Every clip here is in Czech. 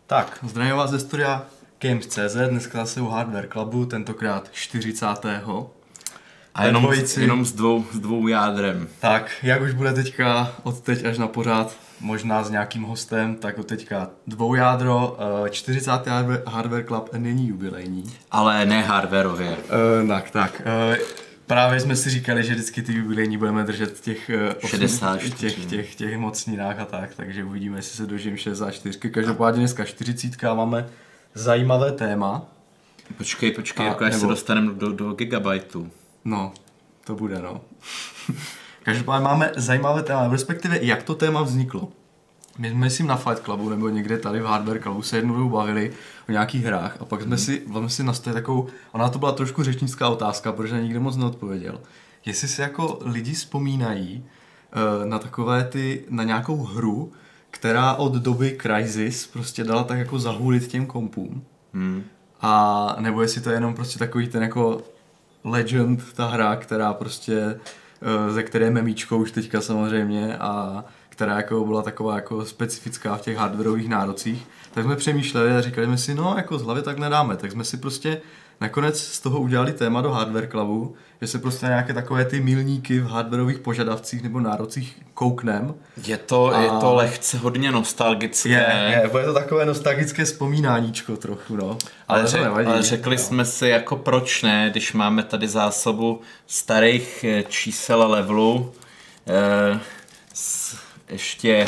Tak, zdravím vás ze studia Games.cz, dneska zase u Hardware Clubu, tentokrát 40. A jenom s dvou jádrem. Tak, jak už bude teďka od teď až na pořád, možná s nějakým hostem, tak od teďka dvoujádro, 40. Hardware Club není jubilejní. Ale ne hardwareově. Tak. Právě jsme si říkali, že vždycky ty jubilejní budeme držet těch 64. těch mocninách a tak, takže uvidíme, jestli se dožijeme 64. Každopádně dneska 40. máme zajímavé téma. Počkej, jako až se dostaneme do gigabajtů. No, to bude, no. Každopádně máme zajímavé téma, respektive jak to téma vzniklo. My jsme si na Fight Clubu nebo někde tady v Hardware Clubu se jednou dobu bavili o nějakých hrách a pak jsme si nastavili takovou, ona to byla trošku řečnická otázka, protože nikdo moc neodpověděl. Jestli si jako lidi vzpomínají na takové na nějakou hru, která od doby Crysis prostě dala tak jako zahulit těm kompům. A nebo jestli to je jenom prostě takový ten jako legend, ta hra, která prostě, ze které memíčko už teďka samozřejmě a která jako byla taková jako specifická v těch hardwareových nárocích, tak jsme přemýšleli a říkali jsme si, no jako z hlavy tak nedáme, tak jsme si prostě nakonec z toho udělali téma do Hardware Clubu, že se prostě nějaké takové ty milníky v hardwareových požadavcích nebo nárocích kouknem. Je to lehce hodně nostalgické. Bude to takové nostalgické vzpomínáníčko trochu, no. Ale řekli jsme si, jako proč ne, když máme tady zásobu starých čísel a levelů, ještě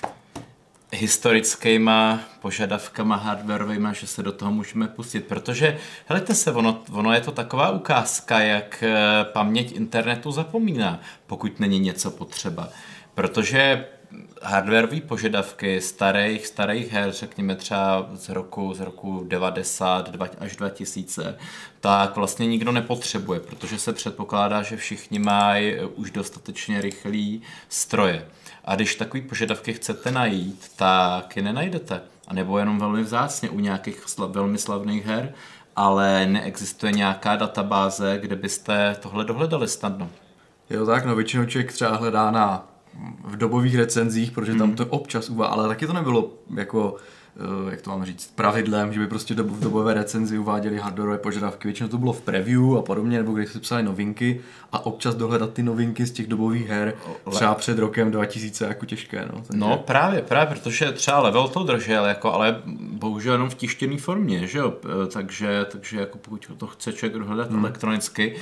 historickýma požadavkama hardwareovýma, že se do toho můžeme pustit, protože helejte se, ono je to taková ukázka, jak paměť internetu zapomíná, pokud není něco potřeba, protože hardwareové požadavky starých her, řekněme třeba z roku 90 až 2000, tak vlastně nikdo nepotřebuje, protože se předpokládá, že všichni mají už dostatečně rychlý stroje. A když takový požadavky chcete najít, tak je nenajdete. A nebo jenom velmi vzácně u nějakých velmi slavných her, ale neexistuje nějaká databáze, kde byste tohle dohledali snadno. Jo tak, no většinou člověk třeba hledá v dobových recenzích, protože tam to občas ale taky to nebylo jako, jak to mám říct, pravidlem, že by prostě v dobové recenzi uváděli hardwareové požadavky. Většinou to bylo v preview a podobně, nebo když se psali novinky a občas dohledat ty novinky z těch dobových her třeba před rokem 2000 jako těžké. No, takže... no právě, protože třeba Level to držel, jako, ale bohužel jenom v tištěné formě, že jo? Takže jako pokud to chce člověk dohledat elektronicky,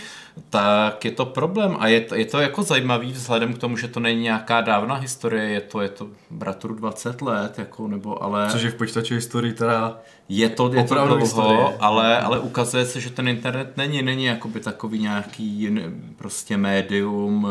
tak je to problém a je to jako zajímavý vzhledem k tomu, že to není nějaká dávná historie, je to bratru 20 let, jako, nebo ale... Což je v počítačové historii teda je to dlouho, ale ukazuje se, že ten internet není jakoby takový nějaký prostě médium,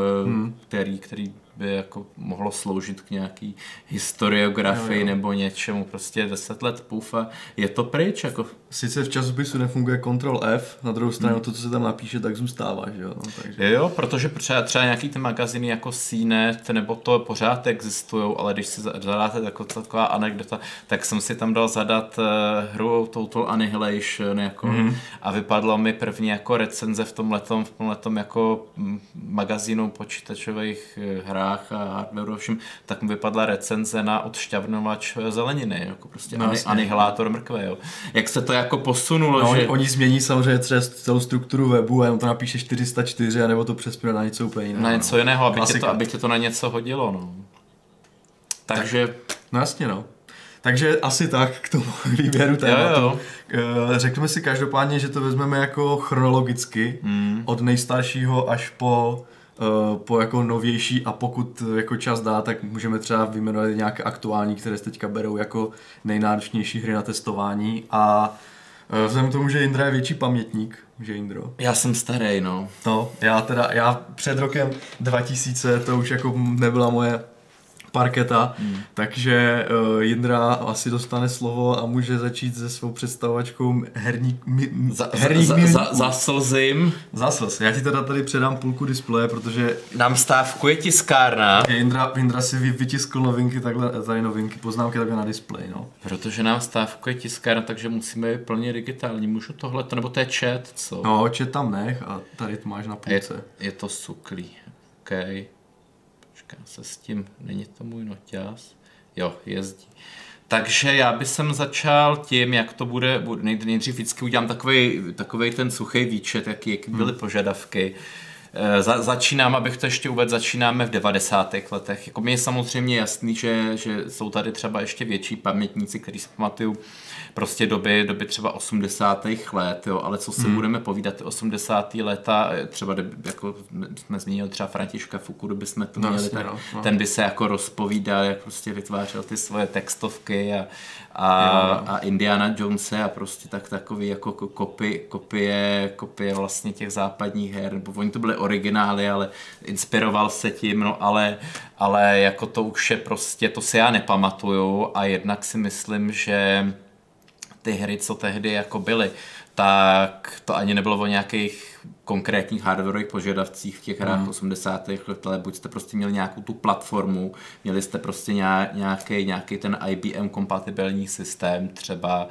který by jako mohlo sloužit k nějaký historiografii nebo něčemu, prostě 10 let půf a je to pryč. Jako. Sice v časopisu nefunguje Ctrl+F, na druhou stranu to, co se tam napíše, tak zůstává, že jo? No, takže... Jo, protože třeba nějaký ty magazíny jako CNET nebo to pořád existujou, ale když si zadáte taková anekdota, tak jsem si tam dal zadat hru Total Annihilation jako, a vypadlo mi první jako recenze v tomhletom jako magazínu počítačových hrách a hardwareu všem, tak mi vypadla recenze na odšťavnovač zeleniny, jako prostě anihilátor mrkve, jo. Jak se to jako posunulo, no, že... Oni změní samozřejmě třeba celou strukturu webu a jenom to napíše 404 a nebo to přespěne na něco úplně jiného. Na něco jiného, aby tě to na něco hodilo, no. Takže... No jasně, no. Takže asi tak k tomu výběru tématu. Jo. Řekneme si každopádně, že to vezmeme jako chronologicky, od nejstaršího až po jako novější a pokud jako čas dá, tak můžeme třeba vyjmenovat nějaké aktuální, které se teďka berou jako nejnáročnější hry na testování a vzhledem k tomu, že Jindra je větší pamětník, že Jindro? Já jsem starý, no. No, já před rokem 2000 to už jako nebyla moje parketa, takže Jindra asi dostane slovo a může začít se svou představovačkou herních milníků. Zaslzím. Zaslz. Já ti teda tady předám půlku displeje, protože nám stávkuje tiskárna. Jindra si vytiskl novinky, tady novinky, poznámky takhle na displeji, no. Protože nám stávkuje tiskárna, takže musíme být plně digitální. Můžu tohleto, nebo to je chat, co? No, chat tam nech a tady to máš na půlce. Je to suklý. OK. Se s tím, není to můj noťaz? Jo, jezdí. Takže já bych začal tím, jak to bude, nejdřív vždycky udělám takovej ten suchý výčet, jaký byly požadavky. Začínám, abych to ještě uvedl, začínáme v 90. letech. Jako mně je samozřejmě jasný, že jsou tady třeba ještě větší pamětníci, kteří si pamatují prostě doby třeba 80. let, jo, ale co si budeme povídat, ty 80. léta, třeba jako jsme zmínili třeba Františka Fukudu, bychom tu měli, tak ten by se jako rozpovídal, jak prostě vytvářel ty svoje textovky a Indiana Jonese a prostě takový jako kopie vlastně těch západních her, nebo oni to byly originály, ale inspiroval se tím, no ale jako to už je prostě, to si já nepamatuju a jednak si myslím, že ty hry, co tehdy jako byly, tak to ani nebylo o nějakých konkrétních hardwareových požadavcích v těch hrách 80. let, ale buď jste prostě měli nějakou tu platformu, měli jste prostě nějaký ten IBM kompatibilní systém, třeba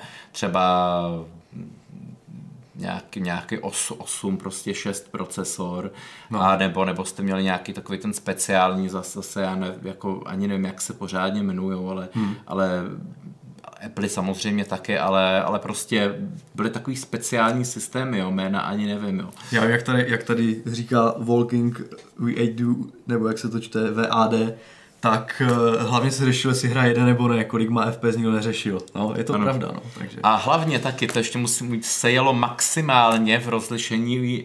nějaký 8, prostě 6 procesor, a nebo jste měli nějaký takový ten speciální, zase já ani nevím, jak se pořádně jmenujou, ale Apple samozřejmě taky, ale prostě byly takový speciální systémy, jo, jména ani nevím, jo. Já vím, jak tady říká Walking VAD, nebo jak se to čte, VAD, tak hlavně se řešilo, jestli hra jede nebo ne, kolik má FPS, nikdo neřešil. No, je to pravda, no. Takže. A hlavně taky, to ještě musím říct, se jelo maximálně v rozlišení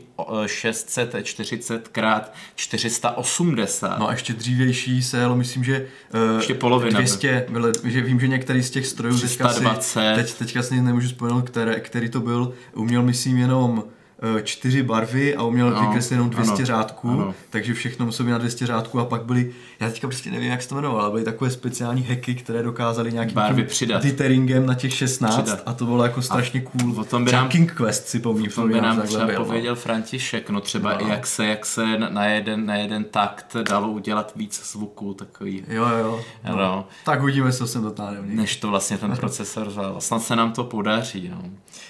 640x480. No a ještě dřívější se jelo, myslím, že ještě polovina. 200, že vím, že některý z těch strojů 320. teďka si nemůžu vzpomenout, který to byl, uměl, myslím, jenom 4 barvy a uměl vykreslit jenom 200 řádků, takže všechno muselo být na 200 řádků a pak byly, já teďka prostě nevím, jak se to jmenovalo, ale byly takové speciální hacky, které dokázaly nějakým dithering na těch 16 a to bylo jako strašně cool. O tom by třeba King Quest si pomím. O tom by nám třeba pověděl František, no třeba i jak se na jeden takt dalo udělat víc zvuků, takový. Jo. No. Tak uvidíme, co jsem dotáhne. Než to vlastně ten procesor vzal. Snad se nám to podaří, no.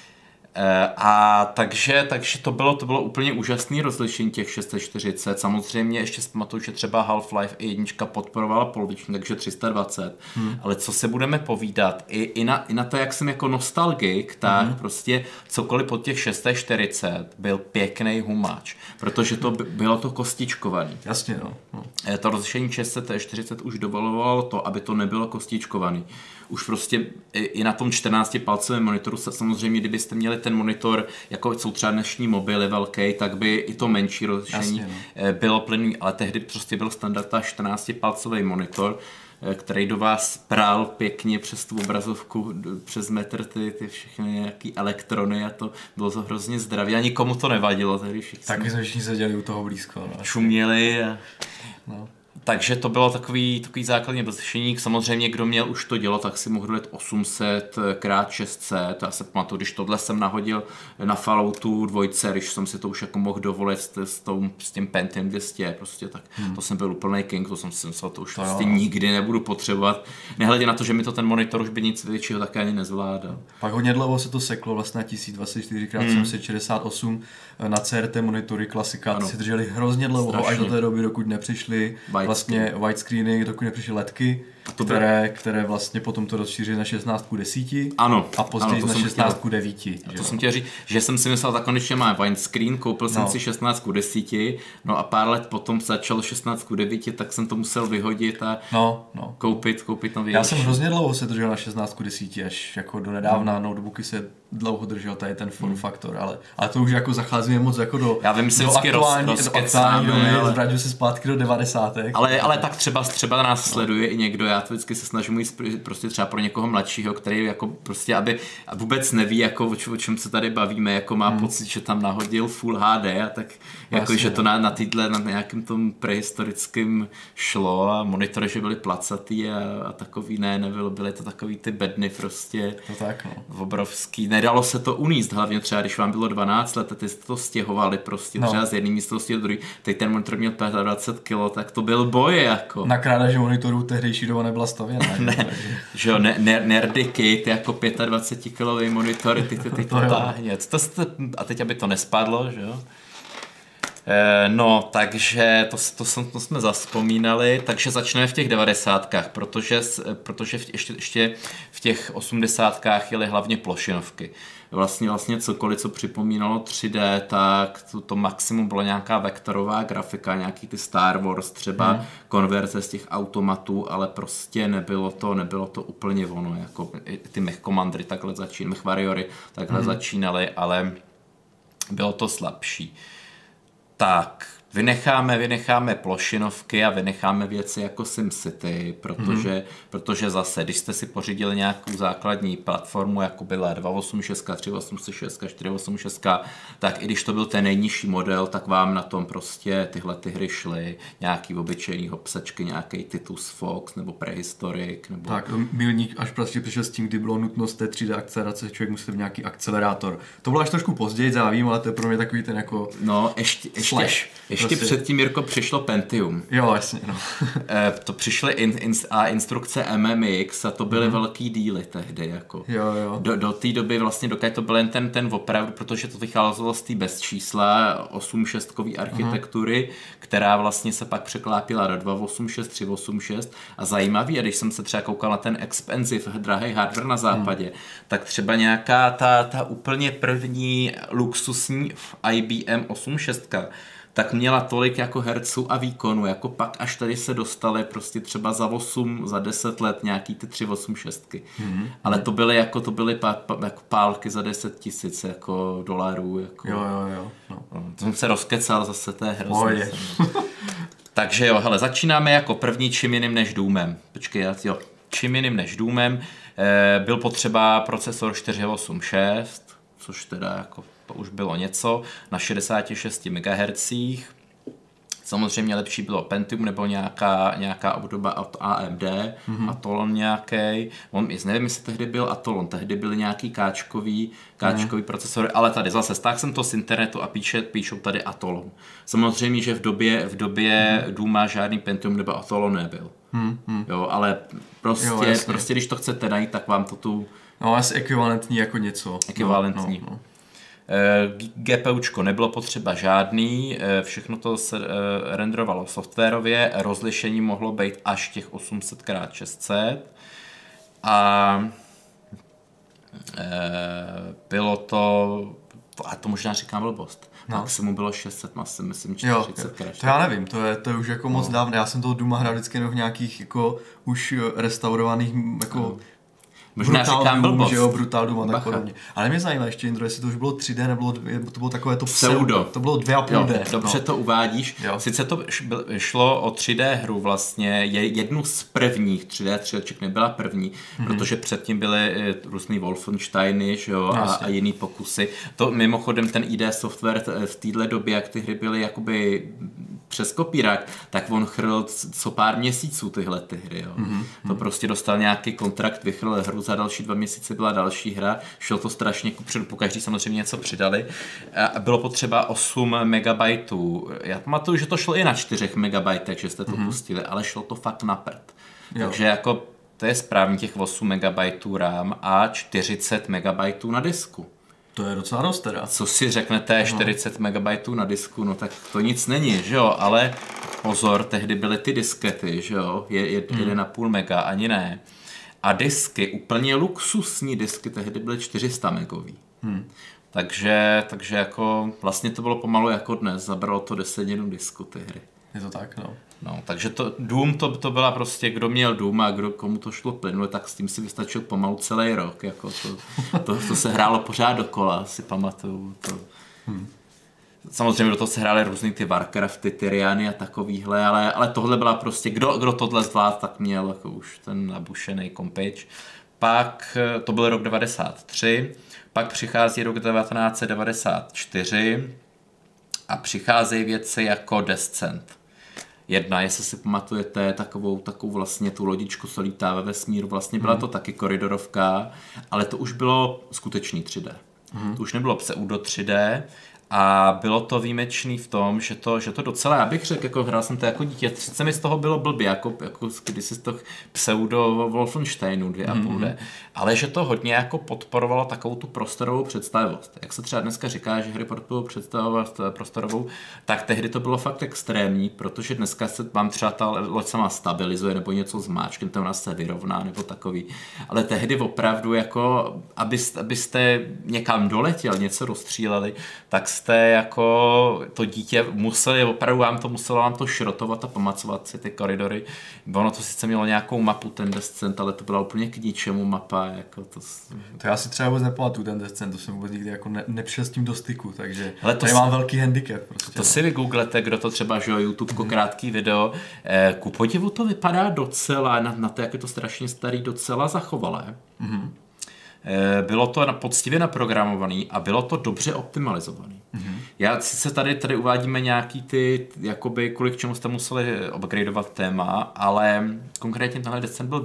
A takže to bylo úplně úžasné rozlišení těch 640. Samozřejmě ještě si pamatuju, že třeba Half-Life 1 podporovala poloviční, takže 320. Ale co se budeme povídat, i na to, jak jsem jako nostalgik, tak prostě cokoliv pod těch 640 byl pěkný humáč, protože to bylo to kostičkovaný. Jasně, no. To rozlišení 640 už dovolovalo to, aby to nebylo kostičkovaný. Už prostě i na tom 14-palcovém monitoru samozřejmě, kdybyste měli ten monitor, jako jsou třeba dnešní mobily velký, tak by i to menší rozlišení bylo plynulý, ale tehdy prostě byl standardní 14-palcový monitor, který do vás prál pěkně přes tu obrazovku, přes metr ty všechny nějaký elektrony a to bylo to hrozně zdraví a nikomu to nevadilo. Taky jsme všichni seděli u toho blízko. No. Šuměli a... No. Takže to bylo takový základní rozlišení. Samozřejmě, kdo měl už to dělo, tak si mohl dojet 800x600. Já se pamatuju, když tohle jsem nahodil na Falloutu 2, když jsem si to už jako mohl dovolit s tím Pentium 200, prostě tak to jsem byl úplný king, to jsem si myslel, to už prostě nikdy nebudu potřebovat. Nehledě na to, že mi to ten monitor už by nic většího také ani nezvládal. Pak hodně dlouho se to seklo vlastně na 1024x768 na CRT monitory klasika, ty si drželi hrozně dlouho, až do té doby, dokud nepřišly vlastně widescreeny, dokud nepřišly ledky, které vlastně potom to rozšířily na 16:10 a později na 16:9. A to jsem chtěl říct, že jsem si myslel, tak konečně má widescreen, koupil jsem si 16:10, no a pár let potom začal 16:9, tak jsem to musel vyhodit a koupit nový. Já jsem hrozně dlouho se držel na 16:10, až jako do nedávna notebooky se dlouho držel, tady ten form faktor, ale to už jako zacházíme moc jako do aktuální doby, zvrátil se zpátky do 90. Ale tak třeba nás sleduje i někdo, já to vždycky se snažím jít prostě třeba pro někoho mladšího, který jako prostě, aby vůbec neví, jako o čem se tady bavíme, jako má pocit, že tam nahodil Full HD a tak jako, že to na nějakém tom prehistorickém šlo a monitory, že byly placatý a takový byly to takový ty bedny prostě obrovský. Nedalo se to uníst, hlavně třeba, když vám bylo 12 let a ty jste to stěhovali prostě třeba z jedné místnosti do druhé, teď ten monitor měl 25 kg, tak to byl boj jako. Na krádeži monitorů tehdejší doba nebyla stavěna. Že jo, nerdy kit jako 25-kilový monitor, ty to táhně. A teď, aby to nespadlo, že jo? No, takže to jsme zavzpomínali, takže začneme v těch 90kách, protože ještě v těch 80kách jeli hlavně plošinovky. Vlastně cokoliv, co připomínalo 3D, tak to maximum byla nějaká vektorová grafika, nějaký ty Star Wars třeba, konverze z těch automatů, ale prostě nebylo to úplně ono, jako ty Mech Commandery takhle začínaly, Mech Warriory takhle začínaly, ale bylo to slabší. Tak, vynecháme plošinovky a vynecháme věci jako SimCity, protože zase, když jste si pořídili nějakou základní platformu, jako byla 286, 386, 486, tak i když to byl ten nejnižší model, tak vám na tom prostě tyhle ty hry šly, nějaký obyčejný hopsačky, nějaký Titus Fox nebo Prehistoric. Nebo... Tak, milník až prostě přišel s tím, kdy bylo nutnost té 3D akcelerace, člověk musel mít nějaký akcelerátor. To bylo až trošku později, závím, ale to je pro mě takový ten jako... No, ještě předtím, Jirko, přišlo Pentium. Jo, jasně, no. To přišly instrukce MMX a to byly velký díly tehdy, jako. Jo. Do té doby vlastně, dokud to byl jen ten opravdu, protože to vycházelo z té bezčísla 8.6kový architektury, která vlastně se pak překlápila do 2.8.6, 3.8.6 a zajímavý, a když jsem se třeba koukal na ten expensive, drahý hardware na západě, tak třeba nějaká ta úplně první luxusní IBM 8.6, tak měla tolik jako herců a výkonů, jako pak až tady se dostaly prostě třeba za 10 let nějaký ty 386. Ale to byly jako pálky za 10 000 jako dolarů. Jako. Jo. No. To jsem se rozkecal zase, to je hrozně. Takže jo, hele, začínáme jako první čím jiným než Doomem. Počkej, čím jiným než Doomem byl potřeba procesor 486, což teda jako to už bylo něco, na 66 MHz. Samozřejmě lepší bylo Pentium nebo nějaká obdoba od AMD, Athlon nějaký. Nevím, jestli tehdy byl Athlon, tehdy byly nějaký káčkový procesory, ale tady zase stáhl jsem to z internetu a píšou tady Athlon. Samozřejmě, že v době Dooma žádný Pentium nebo Athlon nebyl. Jo, ale prostě když to chcete najít, tak vám to tu... No, asi ekvivalentní jako něco. Ekvivalentní. No. GPUčko nebylo potřeba žádný, všechno to se renderovalo softwarově, rozlišení mohlo být až těch 800x600 a bylo to, a to možná říkám blbost, maximum bylo 600, myslím 40x. To já nevím, to je už jako moc dávno, já jsem toho Dooma hrál vždycky v nějakých jako už restaurovaných jako... Možná říkám blbost. Že jo, Brutal Doom a tak podobně. Ale mě zajímá ještě, Indro, jestli to už bylo 3D, nebo to bylo takové to pseudo. To bylo 2,5D. Dobře to uvádíš. Jo. Sice to šlo o 3D hru vlastně, jednu z prvních 3D stříleček, nebyla první, protože předtím byly různý Wolfensteiny, že jo, a jiný pokusy. To mimochodem ten ID Software v téhle době, jak ty hry byly jakoby přes kopírák, tak on chrl co pár měsíců tyhle ty hry. Jo. To prostě dostal nějaký kontrakt, vychrl hru, za další 2 měsíce byla další hra, šlo to strašně kupředu, pokaždý samozřejmě něco přidali. A bylo potřeba 8 MB. Já pamatuju, že to šlo i na 4 MB, že jste to pustili, ale šlo to fakt na prd. Takže jako to je správně těch 8 MB RAM a 40 MB na disku. To je docela dost teda. Co si řeknete, 40 MB na disku, no tak to nic není, že jo, ale pozor, tehdy byly ty diskety, že jo, 1,5 mega, ani ne. A disky, úplně luxusní disky, tehdy byly 400 megový. Takže jako vlastně to bylo pomalu jako dnes, zabralo to 10 disku ty hry. Je to tak, no. No, takže Doom to byla prostě, kdo měl Doom a komu to šlo plynule, tak s tím si vystačil pomalu celý rok. Jako to se hrálo pořád dokola, si pamatuju. Samozřejmě do toho se hrály různý ty Warcrafty, Tyriany a takovýhle, ale tohle byla prostě, kdo tohle zvlád, tak měl jako už ten nabušený kompič. Pak to byl rok 93, pak přichází rok 1994 a přicházejí věci jako Descent. Jedna, jestli si pamatujete, takovou vlastně tu lodičku, co lítá ve vesmíru, vlastně byla to taky koridorovka, ale to už bylo skutečný 3D. To už nebylo pseudo 3D A bylo to výjimečný v tom, že to docela, já bych řekl, jako hrál jsem to jako dítě, sice mi z toho bylo blbě, jako kdysi z toho pseudo Wolfensteinu 2,5D, ale že to hodně jako podporovalo takovou tu prostorovou představivost. Jak se třeba dneska říká, že hry podporují představovat prostorovou, tak tehdy to bylo fakt extrémní, protože dneska se vám třeba ta loď sama stabilizuje, nebo něco zmáčkne, to nás se vyrovná, nebo takový. Ale tehdy opravdu, jako, abyste někam doletěl, něco rozstříleli, tak jste jako to dítě museli, opravdu muselo vám to šrotovat a pamatovat si ty koridory. Ono to sice mělo nějakou mapu, ten descent, ale to byla úplně k ničemu mapa. Jako to já si třeba vůbec nepamatuju ten descent, to jsem vůbec nikdy jako nepřišel s tím do styku, takže tady mám velký handicap. Prostě, to si vygooglete, kdo to třeba, že YouTube, krátký video. Ku podivu to vypadá docela, na to, jak je to strašně starý, docela zachovalé. Bylo to poctivě naprogramovaný a bylo to dobře optimalizovaný. Já sice tady uvádíme nějaký ty, jakoby, kvůli k čemu jste museli upgradeovat téma, ale konkrétně tenhle descent byl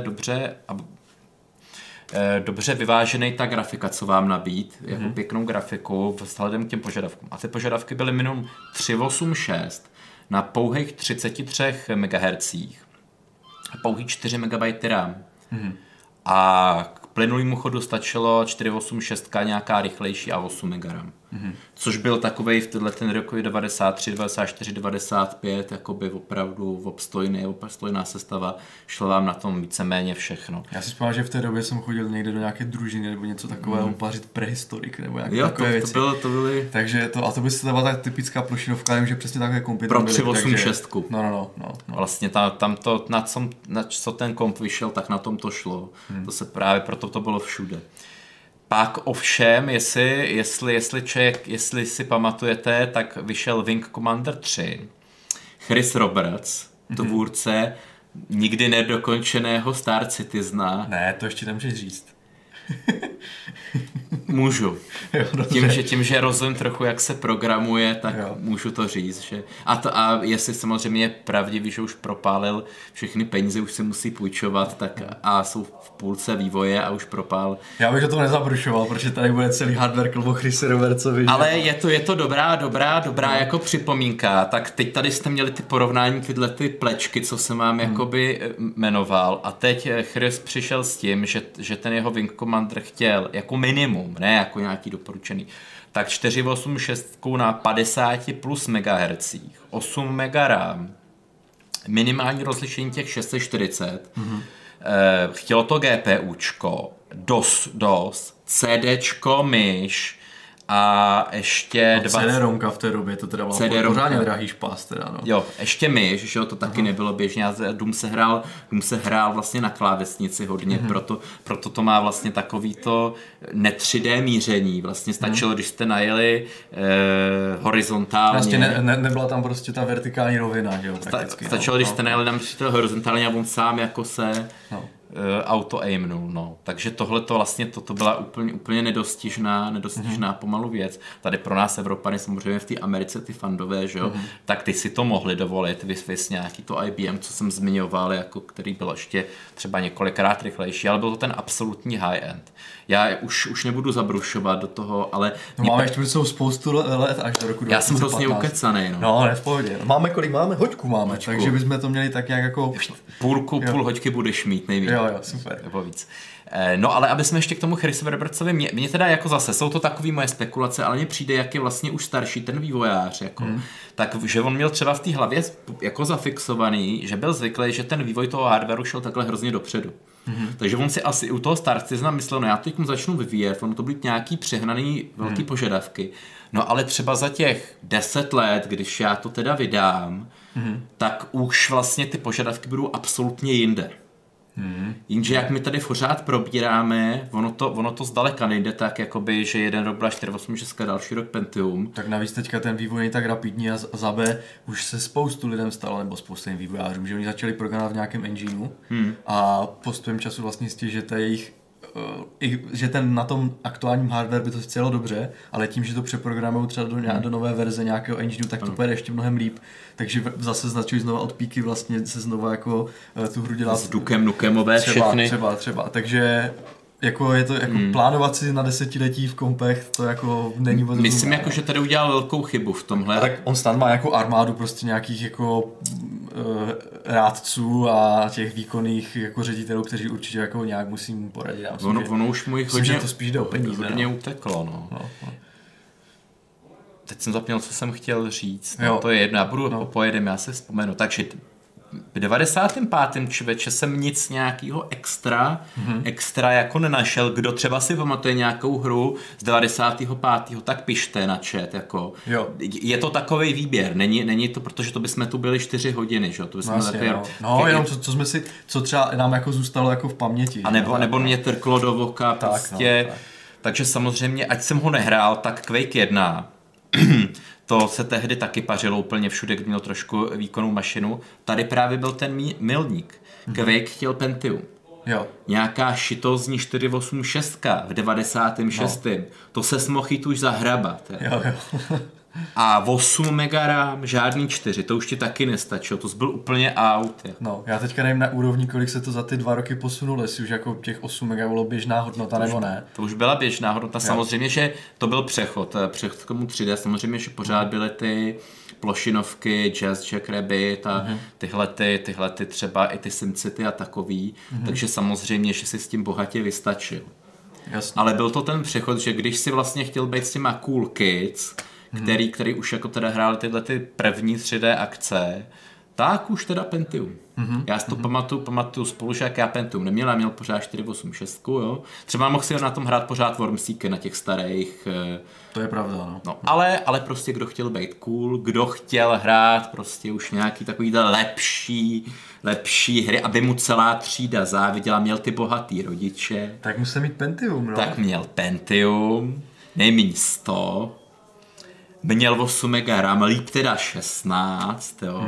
dobře vyvážený ta grafika, co vám nabít, jako pěknou grafiku vzhledem k těm požadavkům. A ty požadavky byly minimum 386 na pouhých 33 MHz a pouhý 4 MB RAM. A k plynulému chodu stačilo 486, nějaká rychlejší a 8 MB RAM. Což byl takovej v ten rok 93, 94, 95, jakoby opravdu obstojná sestava, šlo vám na tom víceméně všechno. Já si vzpomínám, že v té době jsem chodil někde do nějaké družiny nebo něco takového, pařit prehistorik nebo nějaké takové věci. To byly... Takže to by se byla tak typická plošinovka, nevím, že přesně takové kompy pro 386. No. Vlastně tam to, na co ten komp vyšel, tak na tom to šlo. To se právě proto to bylo všude. Pak ovšem, jestli si pamatujete, tak vyšel Wing Commander 3. Chris Roberts, tvůrce nikdy nedokončeného Star Citizena. Ne, to ještě nemůžeš říct. Můžu. Tím, že rozumím trochu, jak se programuje, tak můžu to říct. Že... A jestli samozřejmě je pravdivý, že už propálil všechny peníze, už si musí půjčovat, tak a jsou v půlce vývoje a už propál. Já bych to nezabrušoval, protože tady bude celý hardware klubu Chrise Robertsovi. Ale je to dobrá jako připomínka. Tak teď tady jste měli ty porovnání, tyhle ty plečky, co jsem vám jakoby jmenoval. A teď Chris přišel s tím, že ten jeho Wing Commander chtěl jako minimum, ne jako nějaký doporučený, tak 486 na 50 plus MHz, 8 MB RAM, minimální rozlišení těch 640, chtělo to GPUčko, DOS, CDčko, myš a ještě... CD-romka v té době, to teda bylo pořádně drahý špás teda, no. Jo, ještě myš, že jo, to taky nebylo běžně, Doom se hrál vlastně na klávesnici hodně, proto to má vlastně takový to ne 3D míření, vlastně stačilo, když jste najeli horizontálně. Vlastně nebyla tam prostě ta vertikální rovina, že jo, prakticky. Stačilo, když jste najeli tam horizontálně a on sám jako se... auto-aimnul, no. Takže tohleto vlastně, toto byla úplně nedostižná pomalu věc. Tady pro nás Evropany, samozřejmě v té Americe ty fandové, že jo, tak ty si to mohli dovolit, vys nějaký to IBM, co jsem zmiňoval, jako který byl ještě třeba několikrát rychlejší, ale byl to ten absolutní high-end. Já už nebudu zabrušovat do toho, ale... No máme ještě spoustu let až do roku 2015. Já jsem hrozně ukecanej, no. No, ne, v pohodě. Máme kolik máme? Hoďku máme, takže bychom to měli tak nějak jako... Půl hoďky budeš mít nejvíc. Jo, super. Nebo víc. No ale aby jsme ještě k tomu Chrisovi Robertsovi, mě teda jako zase, jsou to takové moje spekulace, ale mně přijde, jak je vlastně už starší ten vývojář, jako, tak že on měl třeba v té hlavě jako zafixovaný, že byl zvyklý, že ten vývoj toho hardwareu šel takhle hrozně dopředu. Takže on si asi u toho Star Citizena myslel, no já teď začnu vyvíjet, ono to být nějaký přehnaný velký požadavky. No ale třeba za těch 10 let, když já to teda vydám, tak už vlastně ty požadavky budou absolutně jinde. Jenže jak my tady pořád probíráme, ono to zdaleka nejde tak, jakoby, že jeden rok byla 486, další rok Pentium. Tak navíc teďka ten vývoj není tak rapidní a za B už se spoustu lidem stalo, nebo spoustu vývojářům, že oni začali programovat v nějakém engineu a postupem času vlastně zjistili, že ta jejich že ten na tom aktuálním hardware by to sice jelo dobře, ale tím, že to přeprogramují třeba do nové verze nějakého engineu, tak to pojede ještě mnohem líp. Takže zase začali znova od píky vlastně se znova jako tu hru dělat. S Dukem Nukemové všechny. Třeba. Takže jako je to jako plánovat si na desetiletí v kompech, to jako není moc. Myslím jako, že tady udělal velkou chybu v tomhle. A tak on snad má jako armádu prostě nějakých jako rádců a těch výkonných jako ředitelů, kteří určitě jako nějak musím poradit. Ono už mu jich hodně, to spíš jde o peníze, hodně uteklo, no. Teď jsem zapomněl, co jsem chtěl říct. No, to je jedno, já budu pojedem, já se vzpomenu. Takže v 95. člověče jsem nic nějakého extra jako nenašel. Kdo třeba si pamatuje nějakou hru z 95. tak pište na chat. Jako. Je to takovej výběr, není to, protože to bychom tu byli 4 hodiny, že? To bychom jenom co třeba nám jako zůstalo jako v paměti. A nebo mě trklo do voka prostě. Takže samozřejmě, ať jsem ho nehrál, tak Quake 1 to se tehdy taky pařilo úplně všude, kdy měl trošku výkonnou mašinu. Tady právě byl ten milník. Quake chtěl Pentium. Nějaká šitozní 486 v 96. To se mohl jít už zahrabat. A 8 mega RAM, žádný 4, to už ti taky nestačilo, to byl úplně out. No, já teďka nevím na úrovni, kolik se to za ty 2 roky posunulo, jestli už jako těch 8 mega bylo běžná hodnota nebo ne. To už byla běžná hodnota, samozřejmě, že to byl přechod k tomu 3D, samozřejmě, že pořád byly ty plošinovky, Jazz, Jack Rabbit a tyhle třeba i ty SimCity a takový, takže samozřejmě, že si s tím bohatě vystačil. Jasně. Ale byl to ten přechod, že když si vlastně chtěl být s těma cool kids, který už jako teda hráli tyhle ty první 3D akce, tak už teda Pentium. Já si to pamatuju spolu, že jak já Pentium neměl, já měl pořád 486, jo. Třeba mohl si na tom hrát pořád Wormseeky na těch starých. To je pravda, no. Ale prostě kdo chtěl být cool, kdo chtěl hrát prostě už nějaký takovýhle lepší hry, aby mu celá třída záviděla, měl ty bohatý rodiče. Tak musel mít Pentium, no. Tak měl Pentium, nejméně 100, měl 8 mega RAM, líp teda 16, jo.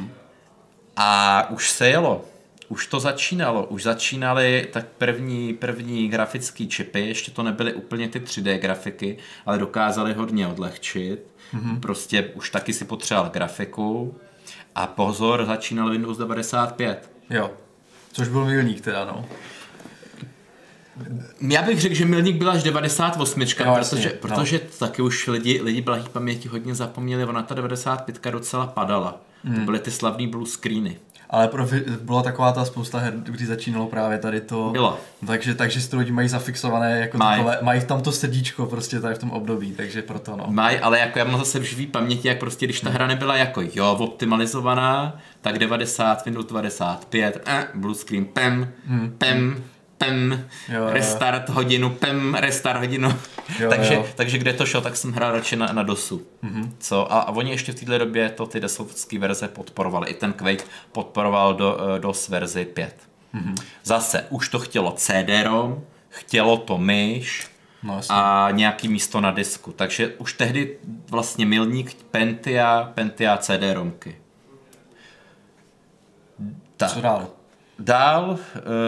A už se jelo, už to začínalo, už začínaly tak první grafický čipy, ještě to nebyly úplně ty 3D grafiky, ale dokázali hodně odlehčit, prostě už taky si potřeboval grafiku a pozor, začínal Windows 95. Jo, což byl milník teda, no. Já bych řekl, že milník byla až 98, protože taky už lidi blahý paměti hodně zapomněli, ona ta 95 docela padala. To byly ty slavný blue screeny. Ale byla taková ta spousta her, kdy začínalo právě tady to. Bylo. Takže si to lidi mají zafixované, jako takové, mají tam to srdíčko prostě tady v tom období, takže proto no. Mají, ale jako já mám zase v živý paměti, jak prostě když ta hra nebyla jako optimalizovaná, tak 90, Windows 95, blue screen, restart hodinu, restart hodinu. Takže kde to šlo, tak jsem hrál radši na DOSu. A oni ještě v této době ty DOSovské verze podporovali. I ten Quake podporoval DOS verzi 5. Zase už to chtělo CD-ROM, chtělo to myš a nějaký místo na disku. Takže už tehdy vlastně milník Pentia CD-ROMky. Co dál? Dál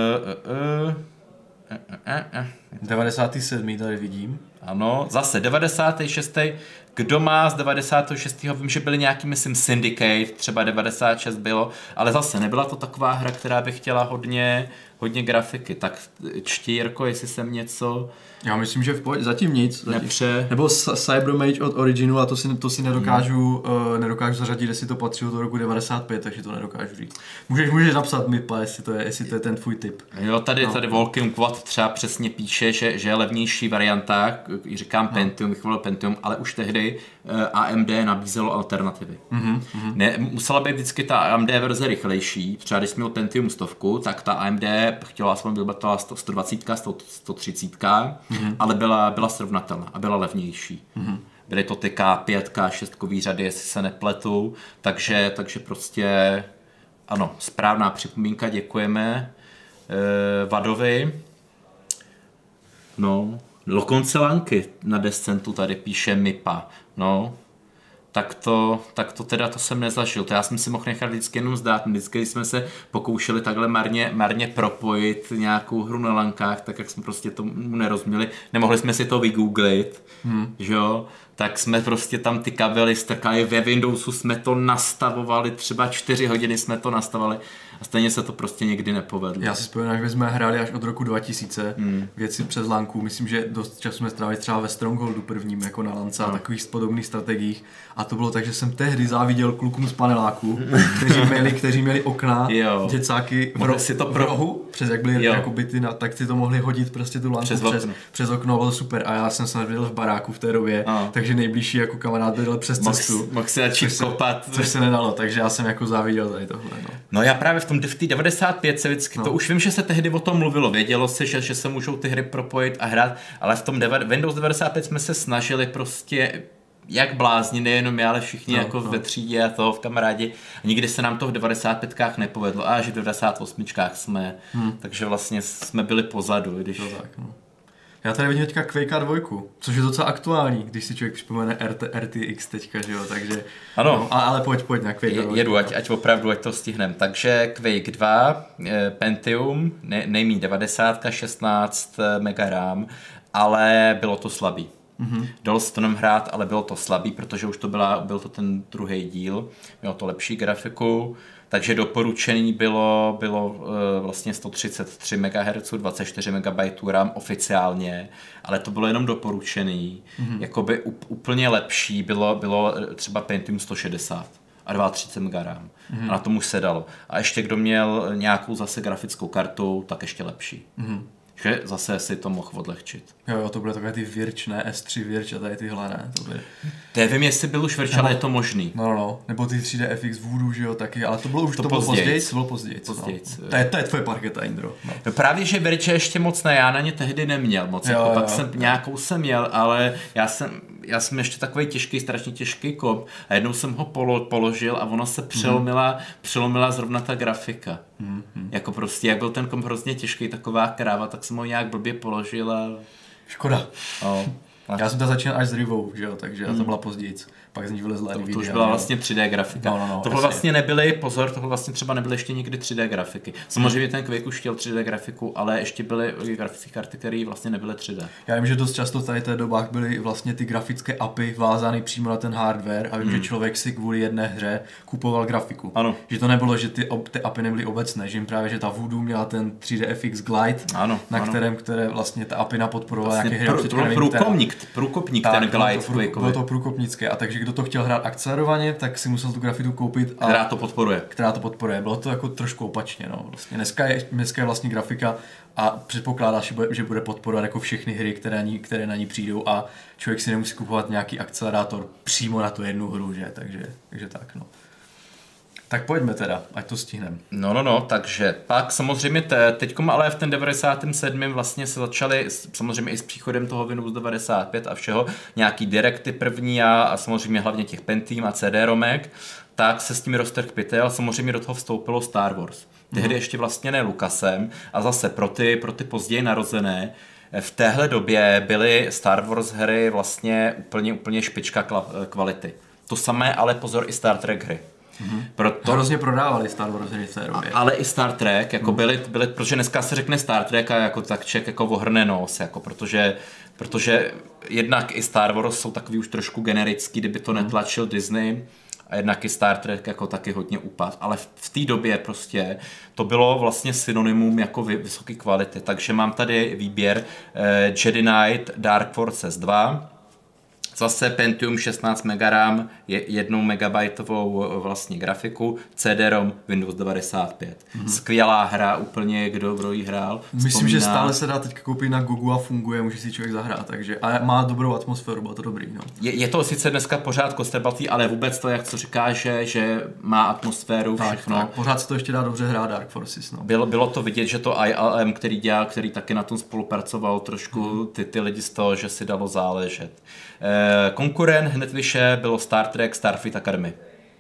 97. tady vidím. Ano, zase 96. Kdo má z 96. Vím, že byly nějaký, myslím, Syndicate, třeba 96 bylo, ale zase nebyla to taková hra, která by chtěla hodně grafiky. Tak čti, Jirko, jestli jsem něco... Já myslím, že zatím nic. Nebo Cybermage od Originu, a to si nedokážu zařadit, jestli to patřilo do roku 95, takže to nedokážu říct. Můžeš napsat MIPA, jestli to je ten tvůj tip. Jo, tady Volkim Quad třeba přesně píše, že je levnější varianta, říkám Pentium, vychvalil Pentium, ale už tehdy AMD nabízelo alternativy. Musela být vždycky ta AMD verze rychlejší, třeba když jsme měl Pentium 100, tak ta AMD chtěla aspoň byla 120, 130, ale byla srovnatelná a byla levnější. Byly to ty K5, K6 řady, jestli se nepletu, takže prostě ano, správná připomínka, děkujeme Vadovi. No, dokonce Lanky na Descentu tady píše MIPA, no. Tak to teda to jsem nezažil. To já jsem si mohl nechat vždycky jenom zdát. Vždycky jsme se pokoušeli takhle marně propojit nějakou hru na lankách, tak jak jsme prostě tomu nerozuměli. Nemohli jsme si to vygooglit, že jo? Tak jsme prostě tam ty kabely strkali, ve Windowsu jsme to nastavovali, třeba 4 hodiny jsme to nastavovali a stejně se to prostě nikdy nepovedlo. Já si vzpomínám, že jsme hráli až od roku 2000 věci přes lanku. Myslím, že dost času jsme strávili třeba ve Strongholdu prvním, jako na lance a takových podobných strategiích. A to bylo tak, že jsem tehdy záviděl klukům z paneláku, kteří měli okna, děcáky v rohu, přes jak byly jako byty, tak si to mohli hodit prostě tu lanku přes okno, bylo super. A já jsem se byl v baráku v té době, takže nejbližší jako kamarád byl přes cestu. Mohl si začít kopat. Což se nedalo, takže já jsem jako záviděl tady tohle. No já právě v té 95 se vždycky, to už vím, že se tehdy o tom mluvilo, vědělo se, že se můžou ty hry propojit a hrát, ale v tom Windows 95 jsme se snažili prostě jak blázni, nejenom já, ale všichni ve třídě a toho v kamarádi. A nikdy se nám to v 95kách nepovedlo, a že v 98kách jsme, takže vlastně jsme byli pozadu, když... To tak, no. Já tady vidím teďka Quake 2, což je docela aktuální, když si člověk připomene RTX teďka, že jo, takže... Ano. No, ale pojď na Quake 2. Jedu, ať opravdu, ať to stihnem. Takže Quake 2, Pentium, nejmí 90, 16 MB RAM, ale bylo to slabý. Dalo se to nám hrát, ale bylo to slabý, protože už byl to ten druhý díl, mělo to lepší grafiku, takže doporučený bylo vlastně 133 MHz, 24 MB RAM oficiálně, ale to bylo jenom doporučený. Jakoby úplně lepší bylo třeba Pentium 160 a 32 MB RAM. A na tom už se dalo. A ještě kdo měl nějakou zase grafickou kartu, tak ještě lepší. Že zase si to mohl odlehčit. Jo, to bude takové ty Virč, ne? S3 Virč a tady tyhle, ne? Nevím, jestli byl už Virč, ale je to možný. No. Nebo ty 3D FX Voodoo, že jo, taky, ale to bylo už později. To je tvoje parketa, Indro. No. Právě, že Virč ještě moc ne, já na ně tehdy neměl moc. Nějakou jsem měl, ale já jsem ještě takovej strašně těžký komp a jednou jsem ho položil a ono se přelomila zrovna ta grafika. Jako prostě, jak byl ten komp hrozně těžký, taková kráva, tak jsem ho nějak blbě položil a... Škoda. Já jsem to začínal až s Rivou, že jo, takže to byla později. Pak z ní vylezla to už byla vlastně 3D grafika. Tohle vlastně tohle vlastně třeba nebyly ještě nikdy 3D grafiky. Samozřejmě ten Quake už chtěl 3D grafiku, ale ještě byly grafické karty, které vlastně nebyly 3D. Já vím, že dost často tady té dobách byly vlastně ty grafické API vázány přímo na ten hardware a vím, že člověk si kvůli jedné hře kupoval grafiku. Ano. Že to nebylo, že ty API nebyly obecné, že jim právě, že ta Voodoo měla ten 3D FX Glide, které vlastně ta API podporovala vlastně nějaké hry. Průkopník ten Glide. Bylo to průkopnické a takže kdo to chtěl hrát akcelerovaně, tak si musel tu grafiku koupit. Která to podporuje. Bylo to jako trošku opačně. No. Vlastně dneska je vlastně grafika a předpokládáš, že bude podporovat jako všechny hry, které na ní přijdou a člověk si nemusí kupovat nějaký akcelerátor přímo na tu jednu hru, že? Takže tak, no. Tak pojďme teda, ať to stihneme. No, takže pak samozřejmě teďkom ale v ten 97. vlastně se začaly, samozřejmě i s příchodem toho Windows 95 a všeho, nějaký direkty první a samozřejmě hlavně těch Pentium a CD-romek, tak se s tím roztrh pytel, samozřejmě do toho vstoupilo Star Wars. Tehdy ještě vlastně ne Lucasem a zase pro ty později narozené, v téhle době byly Star Wars hry vlastně úplně špička kvality. To samé, ale pozor, i Star Trek hry. To hrozně prodávali Star Wars hry v té době. Ale i Star Trek, jako byly, protože dneska se řekne Star Trek a jako tak člověk jako ohrne nos, jako protože jednak i Star Wars jsou takový už trošku generický, kdyby to netlačil Disney, a jednak i Star Trek jako taky hodně upad, ale v té době prostě to bylo vlastně synonymum jako vysoké kvality, takže mám tady výběr Jedi Knight Dark Forces 2, zase Pentium 16 MB RAM, 1 MB vlastně grafiku, CD-ROM Windows 95. Skvělá hra, úplně kdo ji hrál. Myslím, že stále se dá teď koupit na Gogu a funguje, může si člověk zahrát, takže a má dobrou atmosféru, bylo to dobrý. No. Je to sice dneska pořád kostrbatý, ale vůbec to, jak to říká, že má atmosféru, všechno. Tak, pořád se to ještě dá dobře hrát Dark Forces. No. Bylo to vidět, že to ILM, který taky na tom spolupracoval trošku, ty lidi z toho, že si dalo záležet. Konkurent hned vyše bylo Star Trek, Starfleet Academy.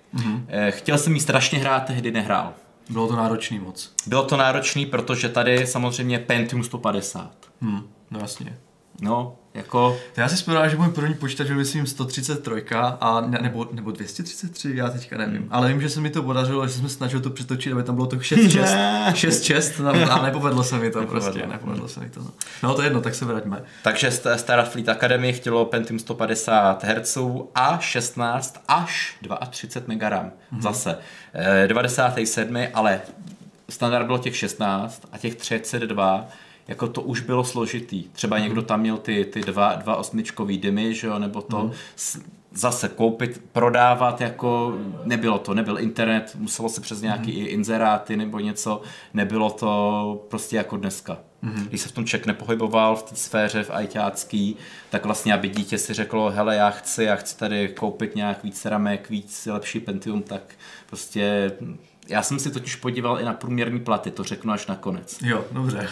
Chtěl jsem jí strašně hrát, tehdy nehrál. Bylo to náročný moc. Bylo to náročný, protože tady samozřejmě Pentium 150. No jasně. No, jako... To já si vzpomínám, že můj první počítač byl myslím 133 a nebo 233, já teďka nevím. Ale vím, že se mi to podařilo, že jsem se snažil to přetočit, aby tam bylo to 6-6 a nepovedlo se mi to prostě, nepovedlo se mi to. No to je jedno, tak se vraťme. Takže Starfleet Academy chtělo Pentium 150 Hz a 16 až 32 MB zase. 97, ale standard bylo těch 16 a těch 32 jako to už bylo složitý. Třeba někdo tam měl ty dva osmičkový dymy, že jo, nebo to zase koupit, prodávat, jako nebyl internet, muselo se přes nějaký inzeráty nebo něco, nebylo to prostě jako dneska. Když se v tom člověk nepohyboval v té sféře v ajťácký, tak vlastně aby dítě si řeklo, hele, já chci tady koupit nějak víc ramek, víc lepší Pentium, tak prostě já jsem si totiž podíval i na průměrný platy, to řeknu až nakonec. Jo, dobře.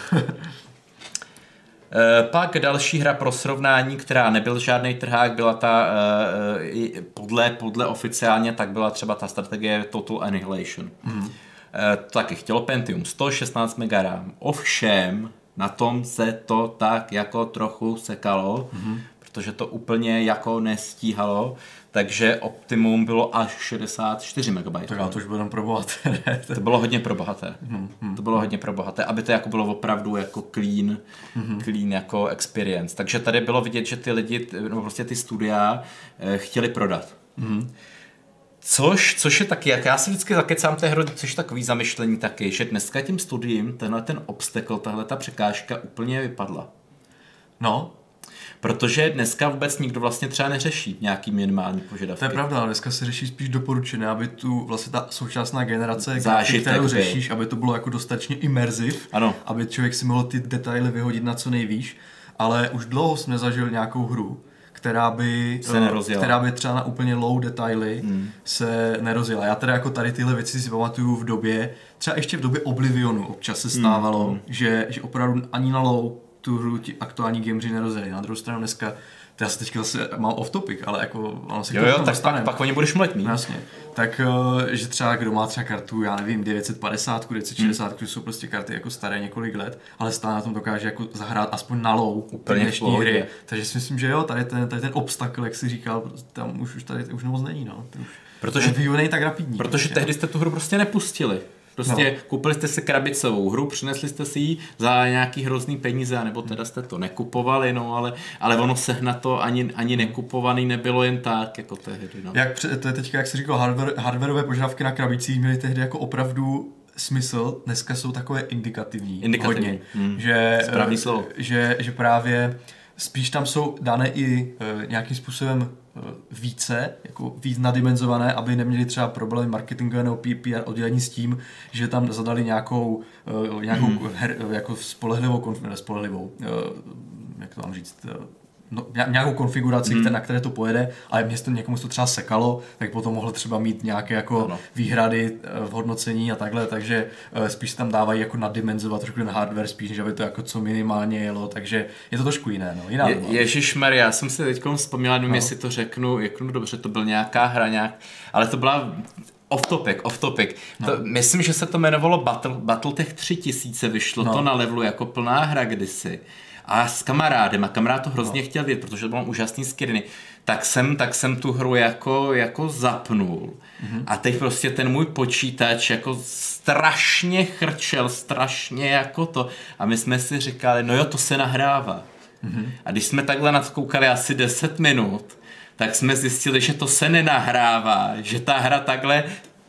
Pak další hra pro srovnání, která nebyl žádný trhák, byla ta, podle oficiálně, tak byla třeba ta strategie Total Annihilation. Taky chtělo Pentium 116 MB RAM. Ovšem, na tom se to tak jako trochu sekalo, protože to úplně jako nestíhalo, takže optimum bylo až 64 MB. Tak to už bylo jenom pro bohaté. To bylo hodně pro bohaté. To bylo hodně pro bohaté, aby to jako bylo opravdu jako clean jako experience. Takže tady bylo vidět, že ty lidi, no prostě ty studia chtěli prodat. Což je taky, jak já si vždycky zakecám té hry, což je takový zamyšlení taky, že dneska tím studiem ten obstacle, tahle ta překážka úplně vypadla. No. Protože dneska vůbec nikdo vlastně třeba neřeší nějaký minimální požadavky. To je pravda, ale dneska se řeší spíš doporučené, aby tu vlastně ta současná generace, kterou řešíš, aby to bylo jako dostatečně imerziv, aby člověk si mohl ty detaily vyhodit na co nejvíš, ale už dlouho jsem nezažil nějakou hru, která by třeba na úplně low detaily se nerozjela. Já teda jako tady tyhle věci si pamatuju v době, třeba ještě v době Oblivionu občas se stávalo, že opravdu ani na low tu hru ti aktuální gameři nerozjeli. Na druhou stranu dneska, to já se teďka zase mám off topic, ale jako ono se tak pak o ně budeš mluvit. Jasně. Tak, že třeba kdo má třeba kartu, já nevím, 950, 960, jsou prostě karty jako staré několik let, ale stále na tom dokáže jako zahrát aspoň na low úplně dnešní hry. Takže si myslím, že jo, tady ten obstakl, jak jsi říkal, tam už tady už moc není, no. Protože vývoj není tak rapidní. Protože tehdy jste tu hru prostě nepustili. Prostě koupili jste si krabicovou hru, přinesli jste si ji za nějaký hrozný peníze, nebo teda jste to nekupovali, no, ale ono sehnat to ani nekupovaný nebylo jen tak, jako tehdy. No. To je teďka, jak jsi říkal, hardwareové požadavky na krabicích měly tehdy jako opravdu smysl, dneska jsou takové indikativní. Hodně. Správný slovo. Že právě spíš tam jsou dané i nějakým způsobem víc nadimenzované, aby neměli třeba problémy marketingové nebo PR oddělení s tím, že tam zadali nějakou jako spolehlivou, jak to mám říct, nějakou konfiguraci, na které to pojede, ale někomu to třeba sekalo, tak potom mohl třeba mít nějaké jako výhrady v hodnocení a takhle, takže spíš tam dávají jako naddimenzovat trošku ten hardware spíš, než aby to jako co minimálně jelo, takže je to trošku jiné. No. Ježišmarja, já jsem si teď vzpomněl, nevím, jestli to řeknu dobře, to byl nějaká hra ale to byla off topic. To, myslím, že se to jmenovalo Battletech 3000, vyšlo to na levelu jako plná hra kdysi. A s kamarádem, kamarád to hrozně chtěl vědět, protože to bylo úžasný skirny, tak jsem tu hru jako zapnul. A teď prostě ten můj počítač jako strašně chrčel, strašně jako to. A my jsme si říkali, no jo, to se nahrává. A když jsme takhle nadkoukali asi 10 minut, tak jsme zjistili, že to se nenahrává, že ta hra takhle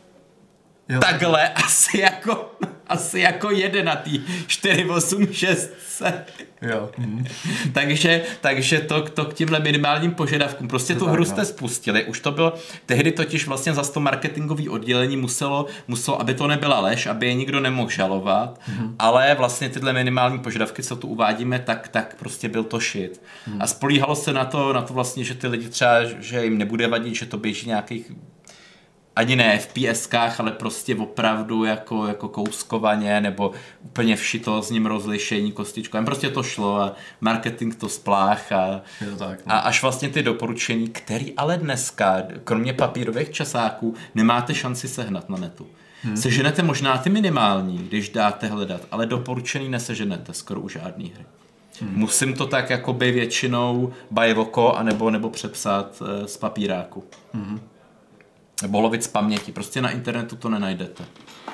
asi jako jede na tý 486. Jo. Takže to k těmhle minimálním požadavkům. Prostě tu hru jste spustili. Už to bylo, tehdy totiž vlastně zase to marketingový oddělení muselo, aby to nebyla lež, aby je nikdo nemohl žalovat, ale vlastně tyhle minimální požadavky, co tu uvádíme, tak prostě byl to shit. A spolíhalo se na to vlastně, že ty lidi třeba, že jim nebude vadit, že to běží nějakých ani ne FPSkách, ale prostě opravdu jako kouskovaně nebo úplně v šitózním rozlišení kostičkovém. Prostě to šlo a marketing to splách a až vlastně ty doporučení, který ale dneska, kromě papírových časáků, nemáte šanci sehnat na netu. Seženete možná ty minimální, když dáte hledat, ale doporučený neseženete skoro u žádný hry. Musím to tak jakoby většinou by oko, anebo přepsat z papíráku. Nebo lovit z paměti. Prostě na internetu to nenajdete.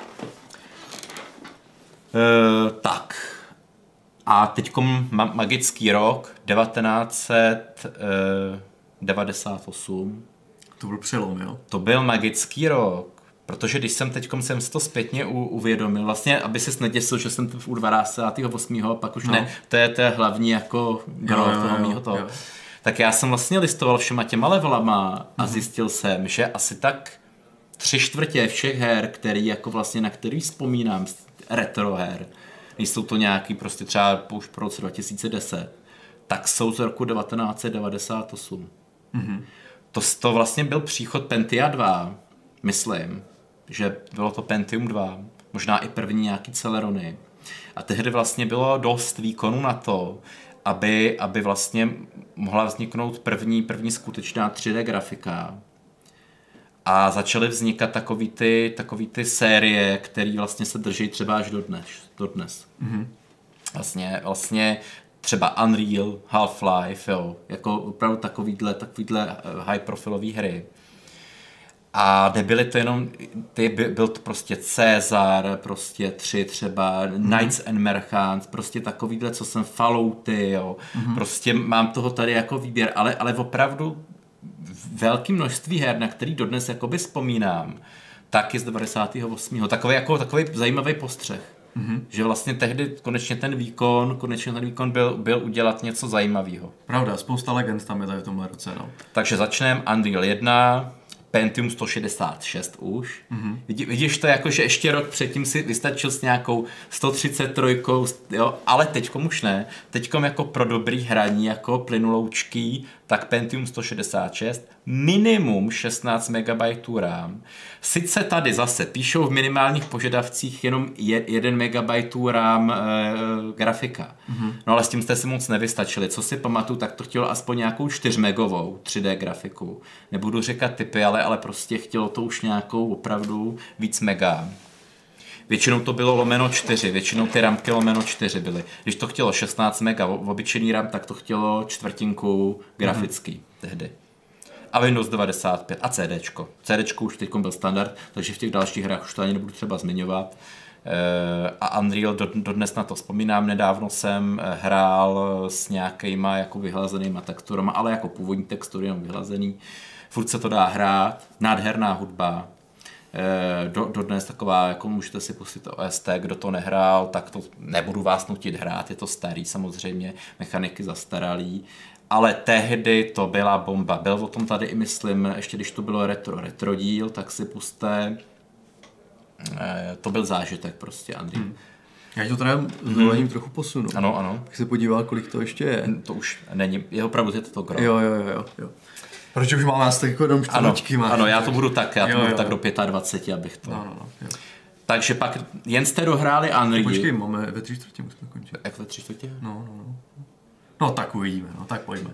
Tak. A teďkom magický rok 1998. To byl přelom, jo? To byl magický rok. Protože když jsem jsem si to zpětně uvědomil, vlastně, aby ses neděsil, že jsem u 28. pak už ne, to je hlavní jako gro toho mýho toho. Jo. Tak já jsem vlastně listoval všema těma levelama a zjistil jsem, že asi tak 3/4 všech her, který jako vlastně, na který vzpomínám, retro her, nejsou to nějaký prostě třeba už pro roce 2010, tak jsou z roku 1998. To vlastně byl příchod Pentia 2, myslím, že bylo to Pentium 2, možná i první nějaký Celerony. A tehdy vlastně bylo dost výkonu na to, aby vlastně mohla vzniknout první skutečná 3D grafika. A začaly vznikat takový ty série, které vlastně se drží třeba až dodnes. Vlastně třeba Unreal, Half-Life, jo, jako opravdu takovýhle high profilový hry. A nebyly to jenom, byl to prostě Cezar, prostě 3 třeba, Knights and Merchants, prostě takovýhle, co jsem Fallouty, jo. Prostě mám toho tady jako výběr, ale opravdu velké množství her, na který dodnes jakoby vzpomínám, taky z 98. Takový zajímavý postřeh. Že vlastně tehdy konečně ten výkon byl udělat něco zajímavého. Pravda, spousta legend tam je tady v tomhle roce, no. Takže začneme Unreal 1, Pentium 166 už. Vidíš to jako, že ještě rok předtím si vystačil s nějakou 133, jo, ale teďkom už ne. Teďkom jako pro dobrý hraní, jako plynuloučký, tak Pentium 166, minimum 16 MB RAM. Sice tady zase píšou v minimálních požadavcích jenom 1 MB RAM grafika. No ale s tím jste si moc nevystačili. Co si pamatuju, tak to chtělo aspoň nějakou 4 megovou 3D grafiku. Nebudu říkat typy, ale prostě chtělo to už nějakou opravdu víc mega. Většinou to bylo ×4, většinou ty ramky ×4 byly. Když to chtělo 16 mega v obyčejný RAM, tak to chtělo čtvrtinku grafický tehdy. A Windows 95 a CDčko. CDčko už teď byl standard, takže v těch dalších hrách už to ani nebudu třeba zmiňovat. A Unreal dodnes na to vzpomínám. Nedávno jsem hrál s nějakýma jako vyhlazenýma texturama, ale jako původní textury jenom vyhlazený. Furt se to dá hrát, nádherná hudba. Dodnes taková, jako můžete si pustit OST, kdo to nehrál, tak to nebudu vás nutit hrát, je to starý samozřejmě, mechaniky zastaralý, ale tehdy to byla bomba. Byl o tom tady i myslím, ještě když to bylo retro díl, tak si puste, to byl zážitek prostě, Andrej. Já to teda s dovolením trochu posunu. Ano. Tak se podíval, kolik to ještě je. To už není, je opravdu to gro. Jo. Protože už máme nás tak jako jenom 4. Ano, já to budu tak do 25, abych to... No. Takže pak jen jste dohráli Unreal. Počkej, máme ve 3/4 musíme končit. Jak ve 3/4? No. No tak uvidíme, tak pojďme.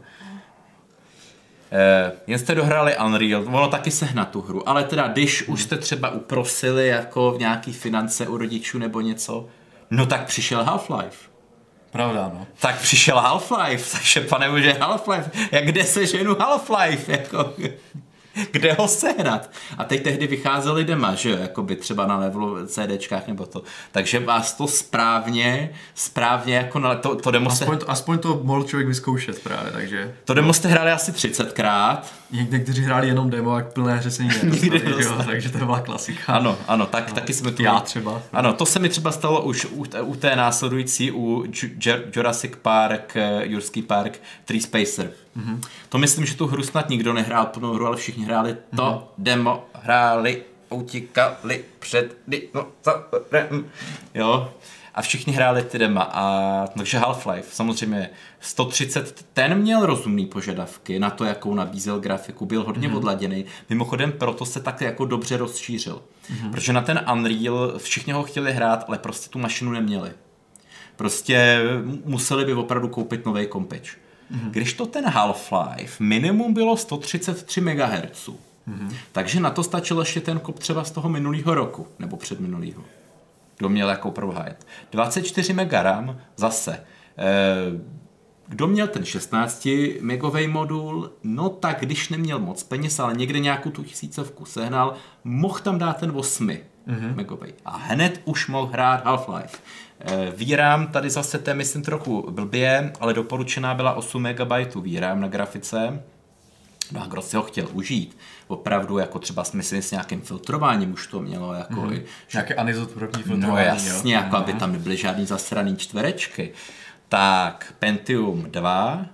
Jen jste dohráli Unreal, ono taky sehnat tu hru, ale teda když už jste třeba uprosili jako nějaký finance u rodičů nebo něco, no tak přišel Half-Life. Pravda, no. Tak přišel Half-Life, takže pane bože Half-Life, jak kde se ženu Half-Life, jako... Kde ho sehnat? A teď tehdy vycházely dema, že jo, jakoby třeba na levelu CDčkách nebo to. Takže vás to správně jako na to demo aspoň to mohl člověk vyzkoušet právě, takže... To demo jste hráli asi 30krát. Někteří hráli jenom demo, jak plné hře se nikdy nedostali, takže to byla klasika. Ano, taky jsme tu... Já třeba. Ano, to se mi třeba stalo už u té následující, u Jurassic Park, Jurský park, Tree Spacer. To myslím, že tu hru snad nikdo nehrál plnou hru, ale všichni hráli to demo, utíkali před dinosaurem, jo. A všichni hráli ty dema. Takže Half-Life, samozřejmě 130, ten měl rozumný požadavky na to, jakou nabízel grafiku, byl hodně odladěný. Mimochodem proto se tak jako dobře rozšířil. Protože na ten Unreal všichni ho chtěli hrát, ale prostě tu mašinu neměli. Prostě museli by opravdu koupit nový kompič. Když to ten Half-Life minimum bylo 133 MHz. Takže na to stačil ještě ten kop třeba z toho minulého roku, nebo předminulého. Kdo měl jako prohájet. 24 MB RAM zase. Kdo měl ten 16 megový modul, no tak když neměl moc peněz, ale někde nějakou tu 1000 sehnal, mohl tam dát ten 8 megový. A hned už mohl hrát Half-Life. VRAM tady zase to je myslím trochu blbě, ale doporučená byla 8 MB VRAM na grafice. No a kdo si ho chtěl užít, opravdu jako třeba myslím s nějakým filtrováním už to mělo jako... Nějaké anizotropní filtrování. No jasně, jako aby tam nebyly žádný zasraný čtverečky. Tak Pentium 2,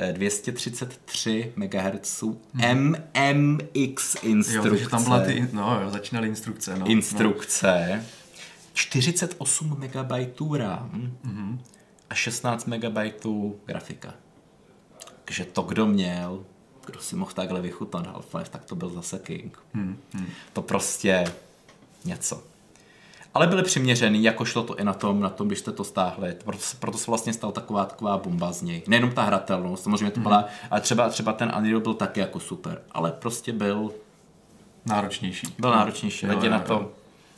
233 MHz, MMX instrukce. Jo, takže tam byla začínaly instrukce. No. Instrukce, 48 MB RAM a 16 MB grafika. Takže to, kdo měl, kdo si mohl takhle vychutnat Half-Life, tak to byl zase king. To prostě něco. Ale byly přiměřený, jako šlo to i na tom, když jste to stáhli. Proto se vlastně stala taková bomba z něj. Nejenom ta hratelnost, samozřejmě to byla, ale třeba ten Unreal byl taky jako super, ale prostě byl náročnější. Byl náročnější, hledě na to.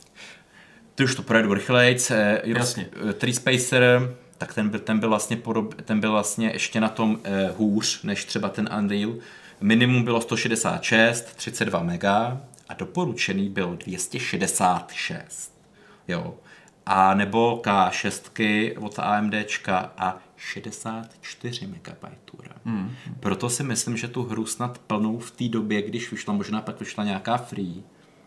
Ty už to projedu rychlejc. Treespacer, tak ten byl vlastně ještě na tom hůř, než třeba ten Unreal. Minimum bylo 166, 32 mega a doporučený bylo 266. Jo. A nebo K6 od AMDčka a 64 MB RAM. Proto si myslím, že tu hru snad plnou v té době, když vyšla, možná pak vyšla nějaká free,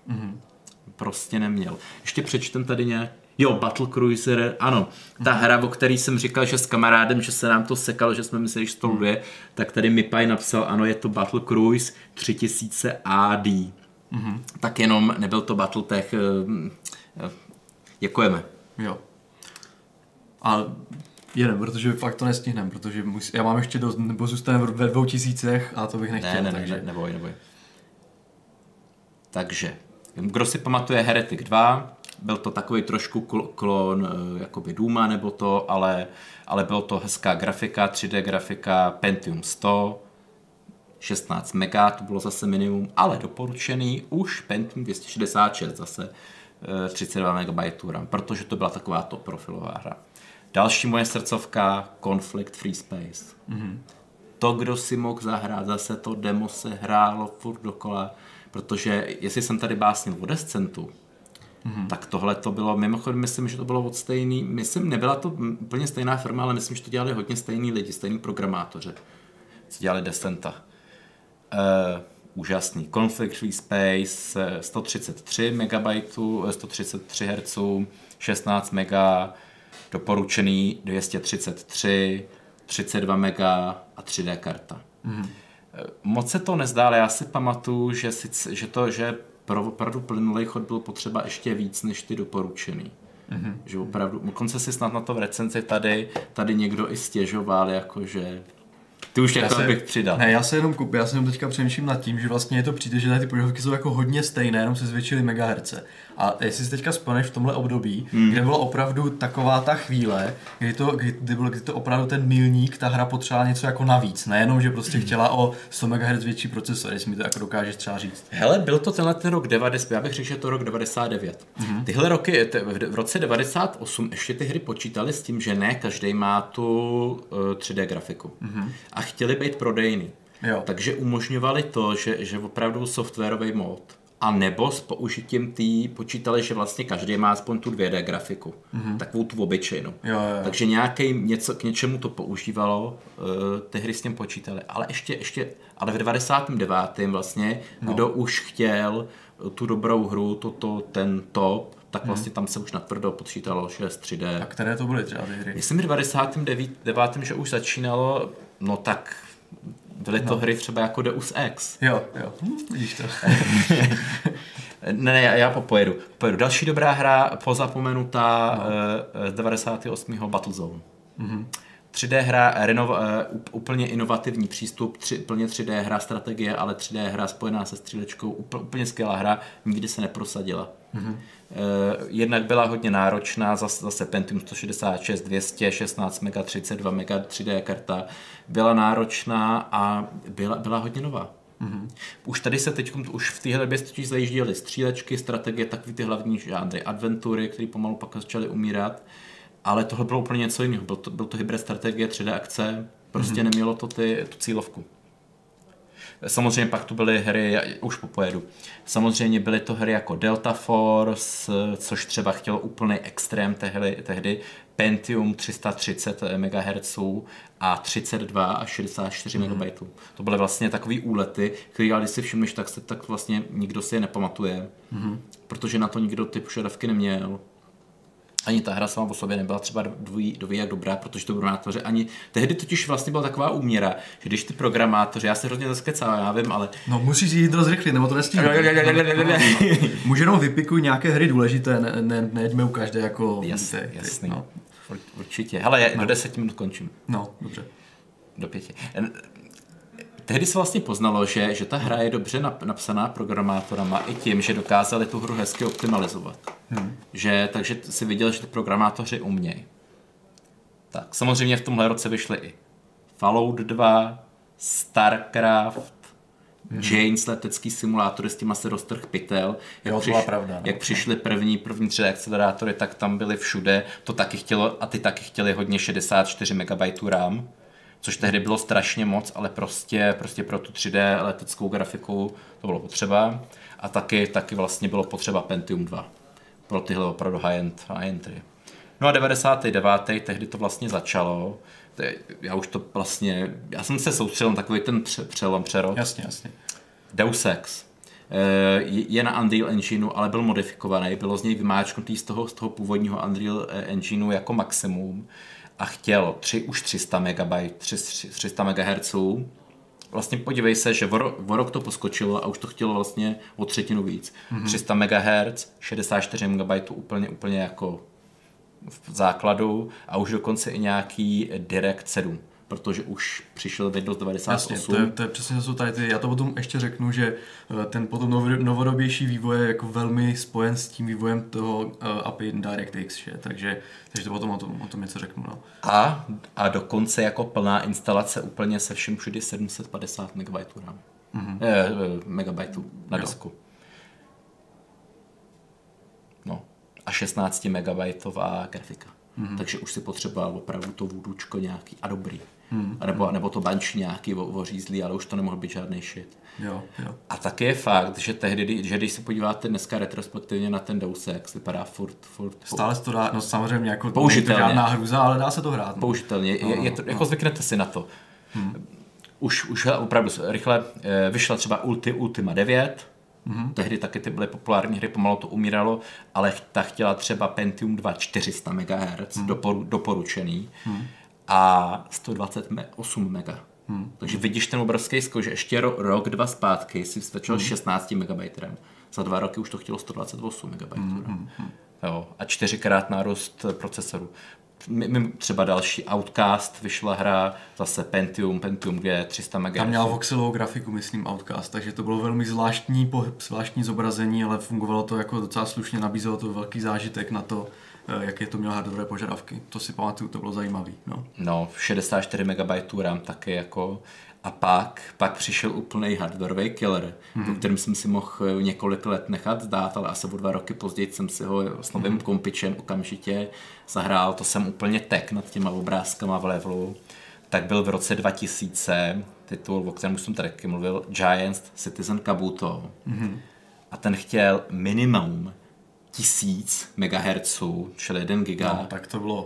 prostě neměl. Ještě přečtem tady nějak. Jo, Battle Cruiser, ano. Ta hra, o který jsem říkal, že s kamarádem, že se nám to sekalo, že jsme mysleli, že to luduje, tak tady Mipaj napsal, ano, je to Battle Cruise 3000 AD. Tak jenom nebyl to Battletech. Děkujeme. Jo. A jedem, protože fakt to nestihneme, protože já mám ještě dost, nebo zůstaneme ve 2000 a to bych nechtěl. Neboj. Takže, kdo si pamatuje Heretic 2, byl to takový trošku klon jakoby Duma nebo to, ale bylo to hezká grafika, 3D grafika, Pentium 100, 16 mega, to bylo zase minimum, ale doporučený už Pentium 266 zase 32 MB RAM, protože to byla taková top profilová hra. Další moje srdcovka, Conflict Free Space. To, kdo si mohl zahrát, zase to demo se hrálo furt dokola, protože jestli jsem tady básnil o Descentu, tak tohle to bylo, mimochodem myslím, že to bylo od stejný, nebyla to úplně stejná firma, ale myslím, že to dělali hodně stejný lidi, stejný programátoři, co dělali Descenta. Úžasný. Conflict Free Space, 133 MB, 133 Hz, 16 MB, doporučený 233, 32 MB a 3D karta. Moc se to nezdá, ale já si pamatuju, že pro opravdu plynulej chod byl potřeba ještě víc než ty doporučený. Že opravdu, dokonce si snad na to v recenzi tady někdo i stěžoval, jakože ty už jako bych přidal. Ne, já se jenom teďka přemýšlím nad tím, že vlastně je to přijde, že ty požadavky jsou jako hodně stejné, jenom se zvětšily megaherce. A jestli si teďka vzpomeneš v tomhle období, kde byla opravdu taková ta chvíle, kdy to opravdu ten milník, ta hra potřebovala něco jako navíc, nejenom, že prostě chtěla o 100 MHz větší procesor, jestli mi to jako dokážeš třeba říct. Hele, byl to tenhle ten rok 90, já bych řekl, že to rok 99. Tyhle roky, v roce 98 ještě ty hry počítaly s tím, že ne každý má tu 3D grafiku. A chtěli být prodejný. Jo. Takže umožňovali to, že opravdu softwarový mod a nebo s použitím počítali, že vlastně každý má aspoň tu 2D grafiku. Takovou tu obyčejnou. Jo. Takže k něčemu to používalo, ty hry s tím počítali. Ale ale v 99. vlastně, kdo už chtěl tu dobrou hru, ten top, tak vlastně tam se už natvrdo počítalo 6 3D. A které to byly třeba ty hry? Myslím v 99. že už začínalo, no tak byly to hry třeba jako Deus Ex. Jo, vidíš to. Ne, já pojedu. Další dobrá hra, pozapomenutá z 98. Battlezone. 3D hra, úplně inovativní přístup, plně 3D hra strategie, ale 3D hra spojená se střílečkou, úplně skvělá hra, nikdy se neprosadila. Jednak byla hodně náročná, zase Pentium 166, 200, 16 MB, 32 MB, 3D karta, byla náročná a byla hodně nová. Už tady se teď, už v téhle době totiž zajížděly střílečky, strategie, takový ty hlavní žánry, adventury, které pomalu pak začaly umírat. ale tohle bylo úplně něco jiného. Byl to hybrid strategie 3D akce, prostě nemělo to tu cílovku. Samozřejmě pak tu byly hry, už pojedu. Samozřejmě byly to hry jako Delta Force, což třeba chtělo úplný extrém tehdy, Pentium 330 MHz a 32 až 64 MB. To byly vlastně takový úlety, které, když si všimneš, tak vlastně nikdo si je nepamatuje, protože na to nikdo ty požadavky neměl. Ani ta hra sama o sobě nebyla třeba doví jak dobrá, protože to programátoři ani... Tehdy totiž vlastně byla taková úměra, že když ty programátoři, já se hrozně zaskecám, já vím, ale... No musíš jít rozrychlit, nebo to nestíhnu. Můž jenom vypikuj nějaké hry důležité, nejeďme u každé jako... Jasný, no. Určitě. Hele, do 10 minut končím. No, dobře. Do 5. Tehdy se vlastně poznalo, že ta hra je dobře napsaná programátorama i tím, že dokázali tu hru hezky optimalizovat. Takže si viděl, že ty programátoři umějí. Tak, samozřejmě v tomhle roce vyšly i Fallout 2, StarCraft, Janes letecký simulátory, s těma se roztrh pytel. Jak přišly první 3D akcelerátory, tak tam byly všude. To taky chtělo, a ty taky chtěli hodně 64 MB RAM. Což tehdy bylo strašně moc, ale prostě pro tu 3D leteckou grafiku to bylo potřeba. A taky vlastně bylo potřeba Pentium 2 pro tyhle opravdu high-end hry. No a 99. tehdy to vlastně začalo. Já jsem se soustředil na takový ten přerod. Jasně. Deus Ex. Je na Unreal Engineu, ale byl modifikovaný. Bylo z něj vymáčknutý z toho původního Unreal Engineu jako maximum. A chtěl už 300 MHz. Vlastně podívej se, že o rok to poskočilo a už to chtělo vlastně o třetinu víc. 300 MHz, 64 MB úplně jako v základu a už dokonce i nějaký Direct 7, protože už přišel Windows 98. Jasně, to je přesně to jsou tady ty, já to potom ještě řeknu, že ten potom novodobější vývoj je jako velmi spojen s tím vývojem toho API DirectX, že? Takže to potom o tom něco řeknu. No. A dokonce jako plná instalace úplně se vším všude 750 MB RAM. Megabajtů na disku. No. A 16 megabajtová grafika. Takže už si potřeboval opravdu to vůdučko nějaký a dobrý. A nebo to bunch nějaký ořízlý, ale už to nemohl být žádný shit. Jo. A taky je fakt, že tehdy, když se podíváte dneska retrospektivně na ten Deus Ex, vypadá furt stále se to dá, no samozřejmě jako použitelně. To žádná hruza, ale dá se to hrát. No. Použitelně, je to, jako zvyknete si na to. Už opravdu rychle vyšla třeba Ultima 9, tehdy taky ty byly populární hry, pomalu to umíralo, ale ta chtěla třeba Pentium 2 400 MHz, doporučený, a 128 MB. Takže vidíš ten obrovský skok, že ještě rok, 2 zpátky si stačilo 16 MB RAM. Za 2 roky už to chtělo 128 MB RAM. Jo, a 4x nárůst procesoru. Třeba další Outcast, vyšla hra, zase Pentium 2, 300 MHz. Tam měla voxelovou grafiku, myslím, Outcast, takže to bylo velmi zvláštní zobrazení, ale fungovalo to jako docela slušně, nabízelo to velký zážitek na to, jaké to mělo hardware požadavky. To si pamatuju, to bylo zajímavý. No 64 MB RAM taky jako. A pak přišel úplný hardwareový killer, o kterém jsem si mohl několik let nechat zdát, ale asi o 2 roky později jsem si ho s novým kompičem okamžitě zahrál. To jsem úplně tek nad těma obrázkama v levelu. Tak byl v roce 2000 titul, o kterém už jsem tady mluvil, Giants Citizen Kabuto. A ten chtěl minimum 1000 MHz, čili 1 GB. No, tak to bylo.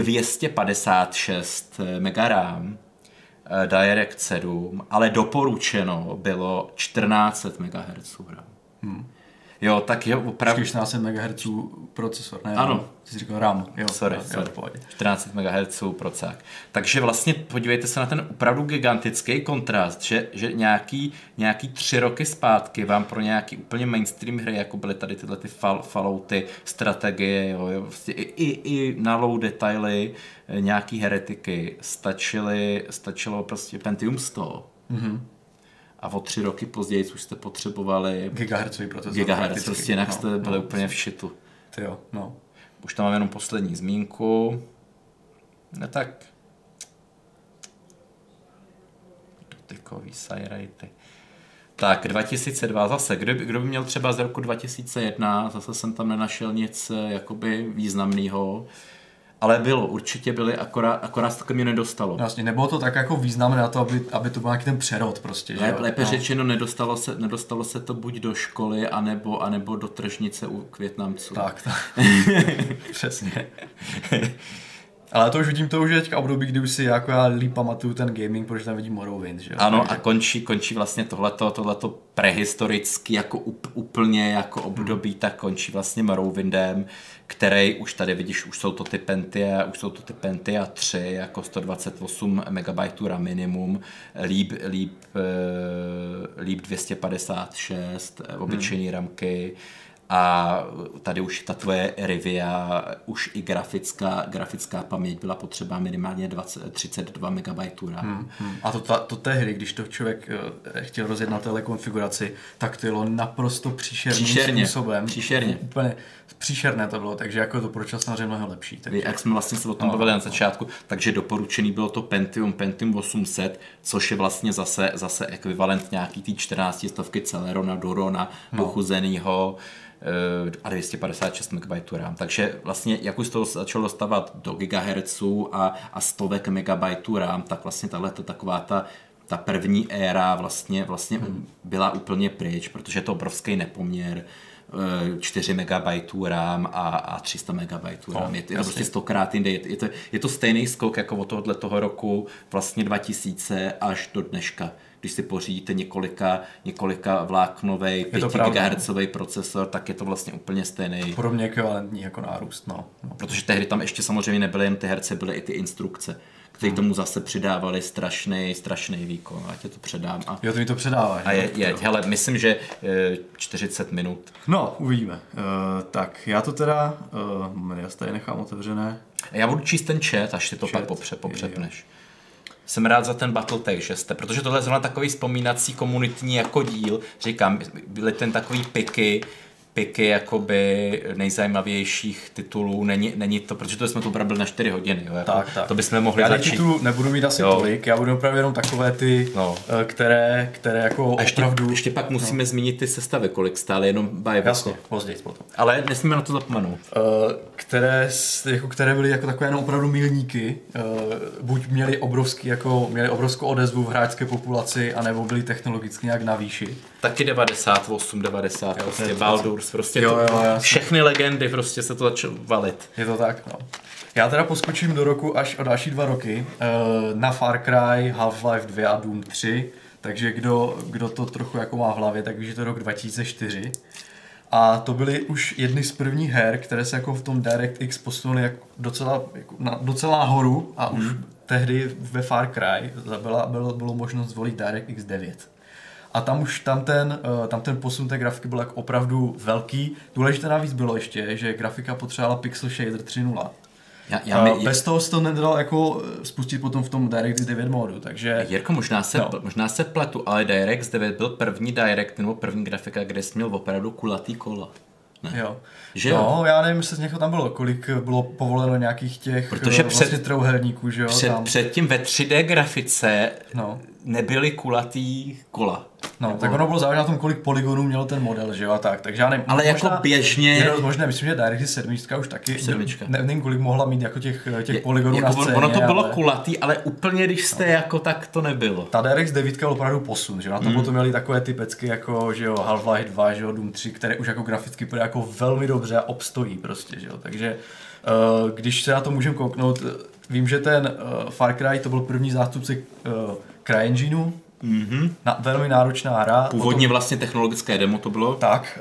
256 MB RAM. Direct 7, ale doporučeno bylo 1400 MHz RAM. Jo, tak je opravdu... 1400 MHz procesor, ne? Ano. Ty jsi říkal RAM. Jo, sorry. 1400 MHz procák. Takže vlastně podívejte se na ten opravdu gigantický kontrast, že nějaký 3 roky zpátky vám pro nějaký úplně mainstream hry, jako byly tady tyhle ty Fallouty, strategie, jo, vlastně i na low detaily, nějaký heretiky, stačilo prostě Pentium 100. A o 3 roky později už jste potřebovali gigahertzový procesor. Gigahertz, prostě jinak jste byli úplně v šitu. Ty jo, no. Už tam mám jenom poslední zmínku. No tak. Dotykový sajrajty. Tak, 2002 zase. Kdo by měl třeba z roku 2001, zase jsem tam nenašel nic jakoby významného. Ale určitě byly, akorát se to ke mně nedostalo. Vlastně, nebylo to tak jako významné na to, aby to byl nějaký ten přerod prostě, že jo? Lépe řečeno, nedostalo se to buď do školy, anebo do tržnice u Vietnamců. Tak. Přesně. Ale to už vidím, to už je teďka období, kdy už si jako já líp pamatuju ten gaming, protože tam vidím Morrowind, že jo? Ano, a končí vlastně tohleto prehistoricky jako úplně jako období, tak končí vlastně Morrowindem, který už tady vidíš, už jsou to ty Pentia 3, jako 128 MB RAM minimum, líp 256 obyčejný ramky. A tady už ta tvoje Rivia, už i grafická paměť byla potřeba minimálně 32 MB RAM. A to té hry, když to člověk chtěl rozjet na téhle konfiguraci, tak to jelo naprosto příšerným způsobem. Příšerně. Úplně příšerné to bylo, takže jako to pro čas samozřejmě mnohem lepší. Takže... Jak jsme vlastně se o tom bavili na začátku, takže doporučený bylo to Pentium 800, což je vlastně zase ekvivalent nějaký tý 14 stovky Celerona, Durona, pochuzenýho a 256 MB RAM. Takže vlastně, jak už to začalo dostávat do GHz a stovek MB RAM, tak vlastně tahle taková ta první éra vlastně byla úplně pryč, protože je to obrovský nepoměr. 4 MB RAM a 300 MB RAM. Je to prostě 100krát jinde. Je to stejný skok jako od tohoto roku vlastně 2000 až do dneška. Když si pořídíte několika vláknovej 5 GHz procesor, tak je to vlastně úplně stejný. Podobně ekvivalentní jako nárůst. No. Protože tehdy tam ještě samozřejmě nebyly jen ty herce, byly i ty instrukce, které tomu zase přidávali strašný výkon. Já tě to předám. Jo, ty mi to předáváš. Hele, myslím, že 40 minut. No, uvidíme. Tak, já to teda, já tady nechám otevřené. Já budu číst ten chat, až si to pak popřepneš. Jsem rád za ten Battletech, že jste, protože tohle je zrovna takový vzpomínací komunitní jako díl, říkám, byly ten takový piky jakoby nejzajímavějších titulů, není to, protože to jsme to opravdu byli na 4 hodiny, jo, jako, tak. To bychom mohli já začít. Titulů nebudu mít asi tolik, já budu opravdu jenom takové ty, které jako a opravdu... ještě pak musíme zmínit ty sestavy, kolik stály jenom bajevko. Jasně, později potom. Ale nesmíme na to zapomenout. Které byly jako takové jenom opravdu milníky, buď měly obrovskou odezvu v hráčské populaci, anebo byly technologicky nějak na výši. Taky 98, 90, prostě Baldur's, prostě všechny legendy, prostě se to začalo valit. Je to tak, no. Já teda poskočím do roku až o další 2 roky na Far Cry, Half-Life 2 a Doom 3, takže kdo to trochu jako má v hlavě, tak ví, že to je rok 2004. A to byly už jedny z prvních her, které se jako v tom DirectX posunuly jako docela nahoru a už tehdy ve Far Cry bylo možnost zvolit DirectX 9. A tam ten posun té grafiky byl jako opravdu velký. Důležité navíc bylo ještě, že grafika potřebovala Pixel Shader 3.0. Bez toho se to nedalo jako spustit potom v tom DirectX 9 módu, takže... Jirko, možná se pletu, ale DirectX 9 byl první Direct nebo první grafika, kde jsi měl opravdu kulatý kola. Ne? Jo. Že no, já nevím, jestli z někoho tam bylo, kolik bylo povoleno nějakých těch vlastně trouhelníků, že jo? Předtím ve 3D grafice nebyly kulatý kola. No, tak ono bylo záležet na tom, kolik polygonů měl ten model, že jo, a tak. Takže já nevím. Ale jako běžně... Je možné, myslím, že DirectX 7 už taky, nevím, kolik mohla mít jako těch polygonů jako na scéně. Ono to bylo kulatý, ale úplně, když jste jako tak to nebylo. Ta DirectX 9 byl opravdu posun, že na to potom měli takové ty pecky jako, že jo, Half-Life 2, že jo, Doom 3, které už jako graficky byly jako velmi dobře a obstojí prostě, že jo. Takže když se na to můžeme kouknout, vím, že ten Far Cry to byl první zástupce CryEngineu. Velmi náročná hra. Původně vlastně technologické demo to bylo. Tak,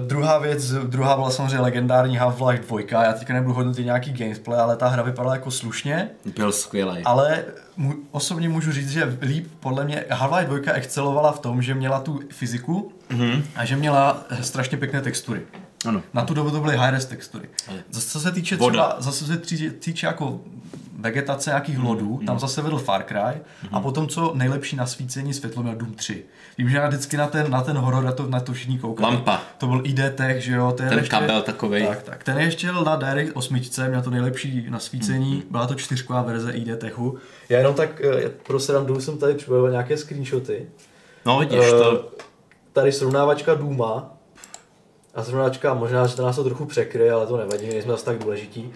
druhá byla samozřejmě legendární Half-Life 2. Já teďka nebudu hodnotit nějaký gameplay, ale ta hra vypadala jako slušně. Byl skvělej. Ale osobně můžu říct, že líp podle mě Half-Life 2 excelovala v tom, že měla tu fyziku a že měla strašně pěkné textury. Ano. Na tu dobu to byly high-res textury. Zase se týče jako vegetace nějakých lodů, tam zase vedl Far Cry a potom co nejlepší nasvícení světlo měl Doom 3. Vím, že já vždycky na ten horor na to všichni koukali. Lampa. To byl ID Tech, že jo. Ten kabel takovej. Tak. Ten ještě jel na Direct 8, měl to nejlepší nasvícení, byla to 4ková verze ID Techu. Já jenom tak pro srandu jsem tady připravil nějaké screenshoty. No vidíš to. Tady srovnávačka Dooma. A srovnávačka, možná, že to nás to trochu překryje, ale to nevadí, nejsme zase tak důležití.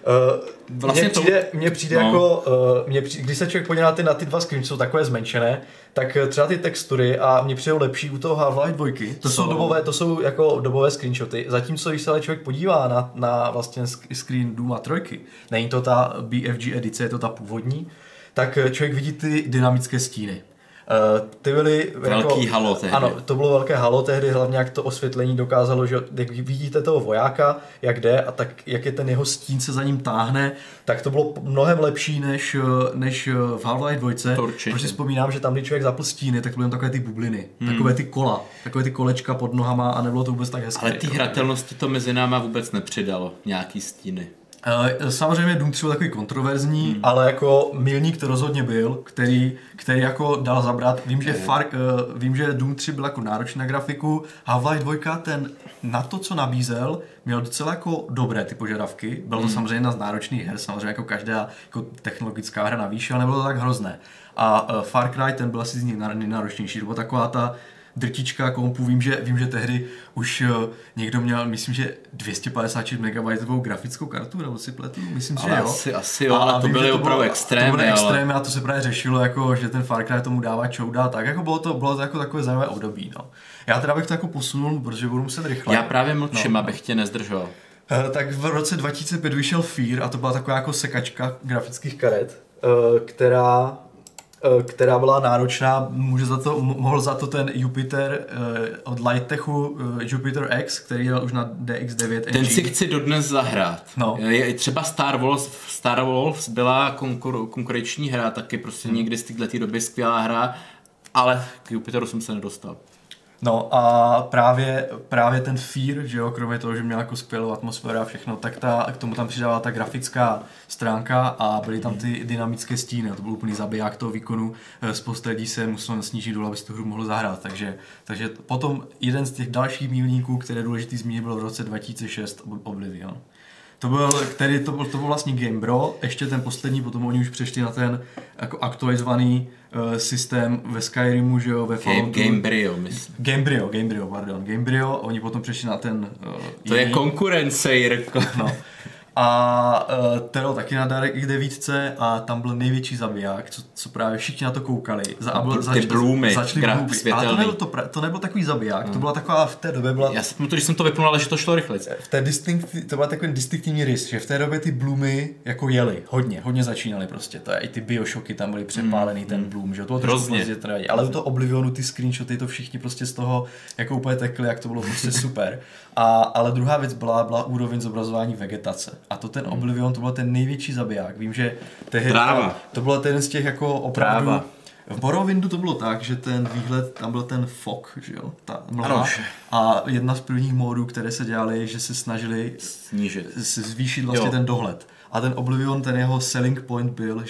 Vlastně mně přijde jako, když se člověk podívá na ty dva screeny, jsou takové zmenšené, tak třeba ty textury a mně přijdou lepší u toho Half-Life 2. To jsou jako dobové screenshoty. Zatímco když se ale člověk podívá na vlastně screen Dooma 3, není to ta BFG edice, je to ta původní, tak člověk vidí ty dynamické stíny. Ty byly velký jako, halo tehdy. Ano, to bylo velké halo tehdy, hlavně jak to osvětlení dokázalo, že jak vidíte toho vojáka, jak jde a tak jak je ten jeho stín se za ním táhne, tak to bylo mnohem lepší než v Half-Life 2. Protože si vzpomínám, že tam, když člověk zapl stíny, tak to byly takové ty bubliny, takové ty kola, takové ty kolečka pod nohama a nebylo to vůbec tak hezké. Ale ty hratelnosti to mezi náma vůbec nepřidalo, nějaký stíny. Samozřejmě Doom 3 byl takový kontroverzní, ale jako milník to rozhodně byl, který jako dal zabrat. Vím, že Doom 3 byl jako náročný na grafiku, Half-Life 2 ten na to, co nabízel, měl docela jako dobré ty požadavky. Bylo to samozřejmě jedna z náročných her, samozřejmě jako každá jako technologická hra na výši, ale nebylo to tak hrozné. A Far Cry ten byl asi z nich nejnáročnější, to byla taková ta drtička kompu, vím, že tehdy už někdo měl, myslím, že 256 MB grafickou kartu, nebo si pletu, myslím, že jo. Asi jo, ale to byly opravdu extrémy. To byly extrémy a to se právě řešilo, jako, že ten Far Cry tomu dává čouda, tak jako bylo to jako takové zajímavé období. No. Já teda bych to jako posunul, protože budu muset rychle. Já právě mlčím, abych tě nezdržoval. Tak v roce 2005 vyšel Fear a to byla taková jako sekačka grafických karet, která byla náročná, mohl za to ten Jupiter od Lightechu, Jupiter X, který jel už na DX9 engine. Ten si chci dodnes zahrát. No. Třeba Star Wars byla konkurenční hra, taky prostě někdy z této doby skvělá hra, ale k Jupiteru jsem se nedostal. No a právě ten Fear, že jo, kromě toho, že měl jako skvělou atmosféru a všechno, tak k tomu tam přidávala ta grafická stránka a byly tam ty dynamické stíny. To byl úplný zabiják toho výkonu. Spousta lidí se muselo snížit dolů, aby si tu hru mohl zahrát. Takže potom jeden z těch dalších milníků, které je důležitý zmínit, byl v roce 2006 Oblivion. To byl vlastně Game Bro, ještě ten poslední, potom oni už přešli na ten jako aktualizovaný systém ve Skyrimu, že jo, ve Falloutu. Gamebryo, myslím. Gamebryo, oni potom přešli na ten to je konkurence, Jirko. No. A to bylo taky na DirectX 9 a tam byl největší zabiják, co právě všichni na to koukali. Ty bloomy, ale to nebyl takový zabiják, to byla taková v té době byla... Já si pamatuju, že jsem to vypnul, ale že to šlo rychle. To byl takový distinktivní rys, že v té době ty bloomy jako jeli, hodně začínaly prostě. I ty Bioshocky tam byly přepálený, ten bloom, že to bylo hrozně. Ale u toho Oblivionu ty screenshoty, to všichni prostě z toho jako úplně tekli, jak to bylo prostě super. Ale druhá věc byla úroveň zobrazování vegetace. A to ten Oblivion, to byl ten největší zabiják. Vím, že tehdy to byl ten z těch jako opravdu... Tráva. V Morrowindu to bylo tak, že ten výhled, tam byl ten fog, že jo, ta mlha. A jedna z prvních módů, které se dělaly, že se snažili zvýšit vlastně ten dohled. A ten Oblivion, ten jeho selling point byl,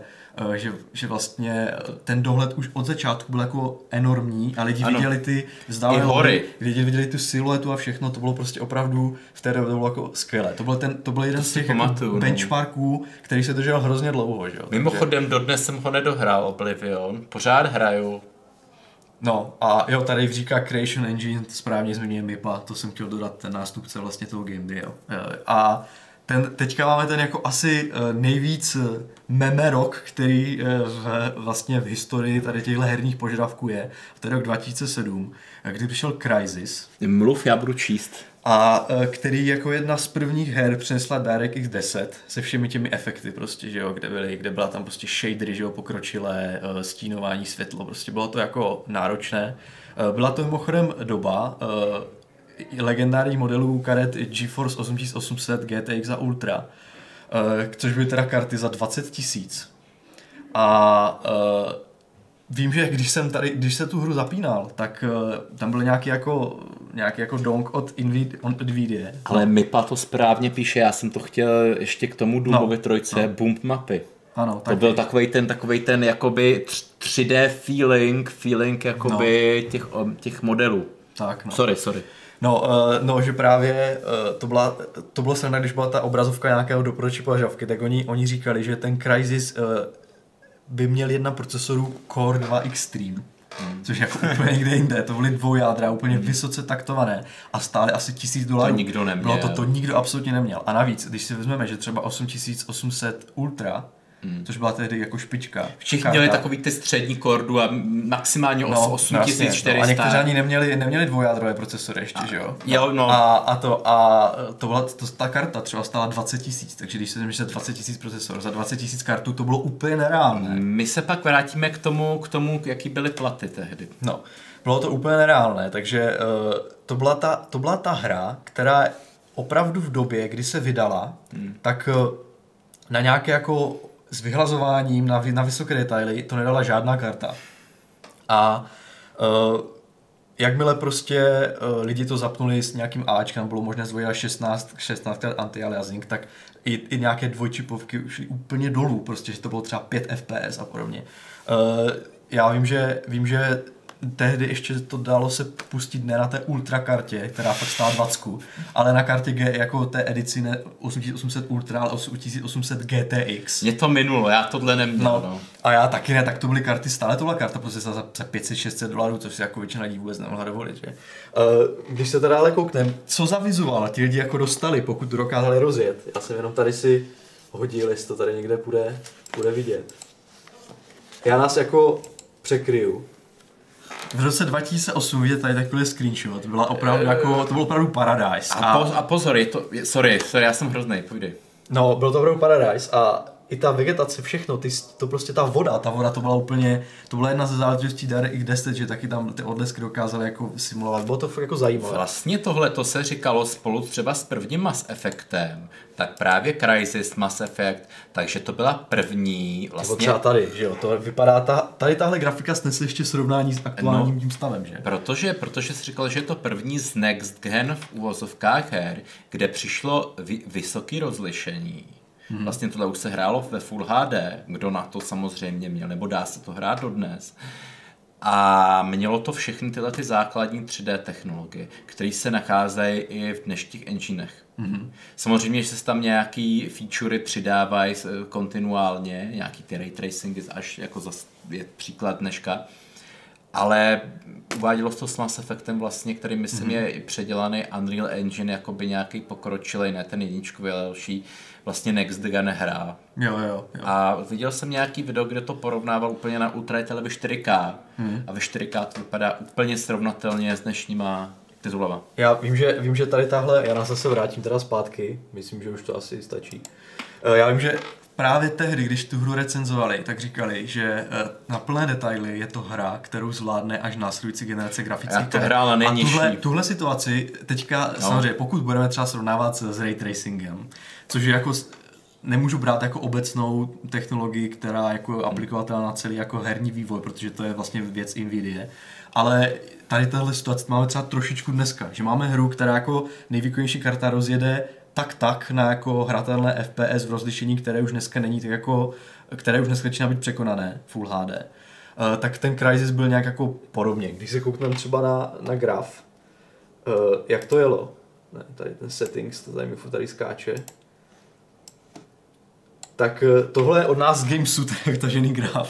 že vlastně ten dohled už od začátku byl jako enormní a lidi viděli ty vzdálené hory, lidi viděli tu siluetu a všechno, to bylo prostě opravdu v té době to bylo jako skvělé. To byl jeden z těch jako benchmarků, který se držel hrozně dlouho, že jo. Mimochodem dodnes jsem ho nedohrál Oblivion, pořád hraju. No a jo, tady říká Creation Engine, správně zmiňuje MIPA, to jsem chtěl dodat, ten nástupce vlastně toho Gamebryo. A teďka máme ten jako asi nejvíc meme rok, který vlastně v historii tady těchto herních požadavků je. To je rok 2007, kdy přišel Crysis. Mluv, já budu číst. A který jako jedna z prvních her přinesla DirectX 10 se všemi těmi efekty prostě, že jo, kde byla tam prostě shadery, že jo, pokročilé, stínování, světlo, prostě bylo to jako náročné. Byla to mimochodem doba legendárních modelů karet GeForce 8800, GTX a Ultra, což byly teda karty za 20 000. A vím, že když se tu hru zapínal, tak tam byl nějaký jako donk od Nvidia. Ale MIPA to správně píše, já jsem to chtěl ještě k tomu Doomovi trojce, Bump mapy. Ano, to byl takovej ten jakoby 3D feeling jakoby těch modelů. Tak, no. Sorry. No, že právě to bylo sranda, když byla ta obrazovka nějakého doporučí požadavky, tak oni říkali, že ten Crysis by měl jedna procesoru Core 2 Extreme. Což jako úplně někde jinde, to byly dvoujádra, úplně vysoce taktované a stály asi $1000. To nikdo neměl. No to nikdo absolutně neměl. A navíc, když si vezmeme, že třeba 8800 Ultra, což byla tehdy jako špička. Všichni měli takový ty střední kordu a maximálně 8400. No. A někteří ani neměli dvoujádrové procesory ještě, že jo? Jo, no. Ta karta třeba stála 20 000, takže když se vezme, že 20 000 procesor, za 20 000 kartu to bylo úplně nereálné. My se pak vrátíme k tomu, jaký byly platy tehdy. No, bylo to úplně nereálné, takže to byla ta hra, která opravdu v době, kdy se vydala, tak na nějaké jako s vyhlazováním na vysoké detaily to nedala žádná karta. A jakmile prostě lidi to zapnuli s nějakým Ačkem, bylo možné zvolit až 16 anti-aliasing, tak i nějaké dvojčipovky šly úplně dolů, prostě, že to bylo třeba 5 FPS a podobně. Já vím, že tehdy ještě to dalo se pustit ne na té ultra kartě, která fakt stála 20, ale na kartě G jako té edici ne 8800 Ultra, ale 8800 GTX. Mě to minulo, já tohle neměl. No. A já taky ne, tak to byly karty, stále to byla karta prostě za $500-600, což si jako většina lidí vůbec nemohla dovolit, že? Když se teda ale koukneme, co za vizuál ti lidi jako dostali, pokud to dokázali rozjet. Já jsem jenom tady si hodil, jestli to tady někde bude vidět. Já nás jako překryju. V roce 2008 vidět tady takový screenshot, to byl opravdu Paradise. A pozor, sorry, já jsem hroznej, povídej. No, byl to opravdu Paradise a i ta vegetace, všechno, to prostě ta voda to byla úplně, to byla jedna ze záležitostí DirectX 10, že taky tam ty odlesky dokázaly jako simulovat, bylo to fakt jako zajímavé. Vlastně tohle to se říkalo spolu třeba s prvním Mass Effectem, tak právě Crysis, Mass Effect, takže to byla první vlastně. Třeba tady, že jo, to vypadá, tady tahle grafika snese ještě srovnání s aktuálním tím stavem, že? Protože jsi říkal, že je to první z Next Gen v uvozovkách her, kde přišlo vysoké rozlišení. Vlastně tohle už se hrálo ve Full HD, kdo na to samozřejmě měl, nebo dá se to hrát dodnes. A mělo to všechny tyhle ty základní 3D technologie, které se nacházejí i v dnešních enginech. Samozřejmě, že se tam nějaký featurey přidávají kontinuálně, nějaký ty ray tracingy, až jako je příklad dneška. Ale uvádělo se to s Mass Effectem vlastně, který myslím je i předělaný Unreal Engine, jakoby nějaký pokročilej, ne ten jedničkový, ale další vlastně Next Gen hra. Jo. A viděl jsem nějaký video, kde to porovnával úplně na Ultra ve 4K a ve 4K to vypadá úplně srovnatelně s dnešníma titulama. Já vím, že tady tahle, já nás zase vrátím teda zpátky, myslím, že už to asi stačí. Já vím, že právě tehdy, když tu hru recenzovali, tak říkali, že na plné detaily je to hra, kterou zvládne až následující generace grafických karet. A tuhle situaci teďka, samozřejmě, pokud budeme třeba srovnávat s ray tracingem, což je jako, nemůžu brát jako obecnou technologii, která jako aplikovatelná na celý jako herní vývoj, protože to je vlastně věc Nvidia, ale tady tahle situace máme třeba trošičku dneska, že máme hru, která jako nejvýkonnější karta rozjede tak na jako hratelné FPS v rozlišení, které už dneska není tak jako, které už dneska začíná být překonané Full HD. Tak ten Crysis byl nějak jako podobně. Když se koukneme třeba na graf, jak to jelo, ne, tady ten settings, to tady mi furt tady skáče, tak tohle je od nás z Gamesu, tak tažený graf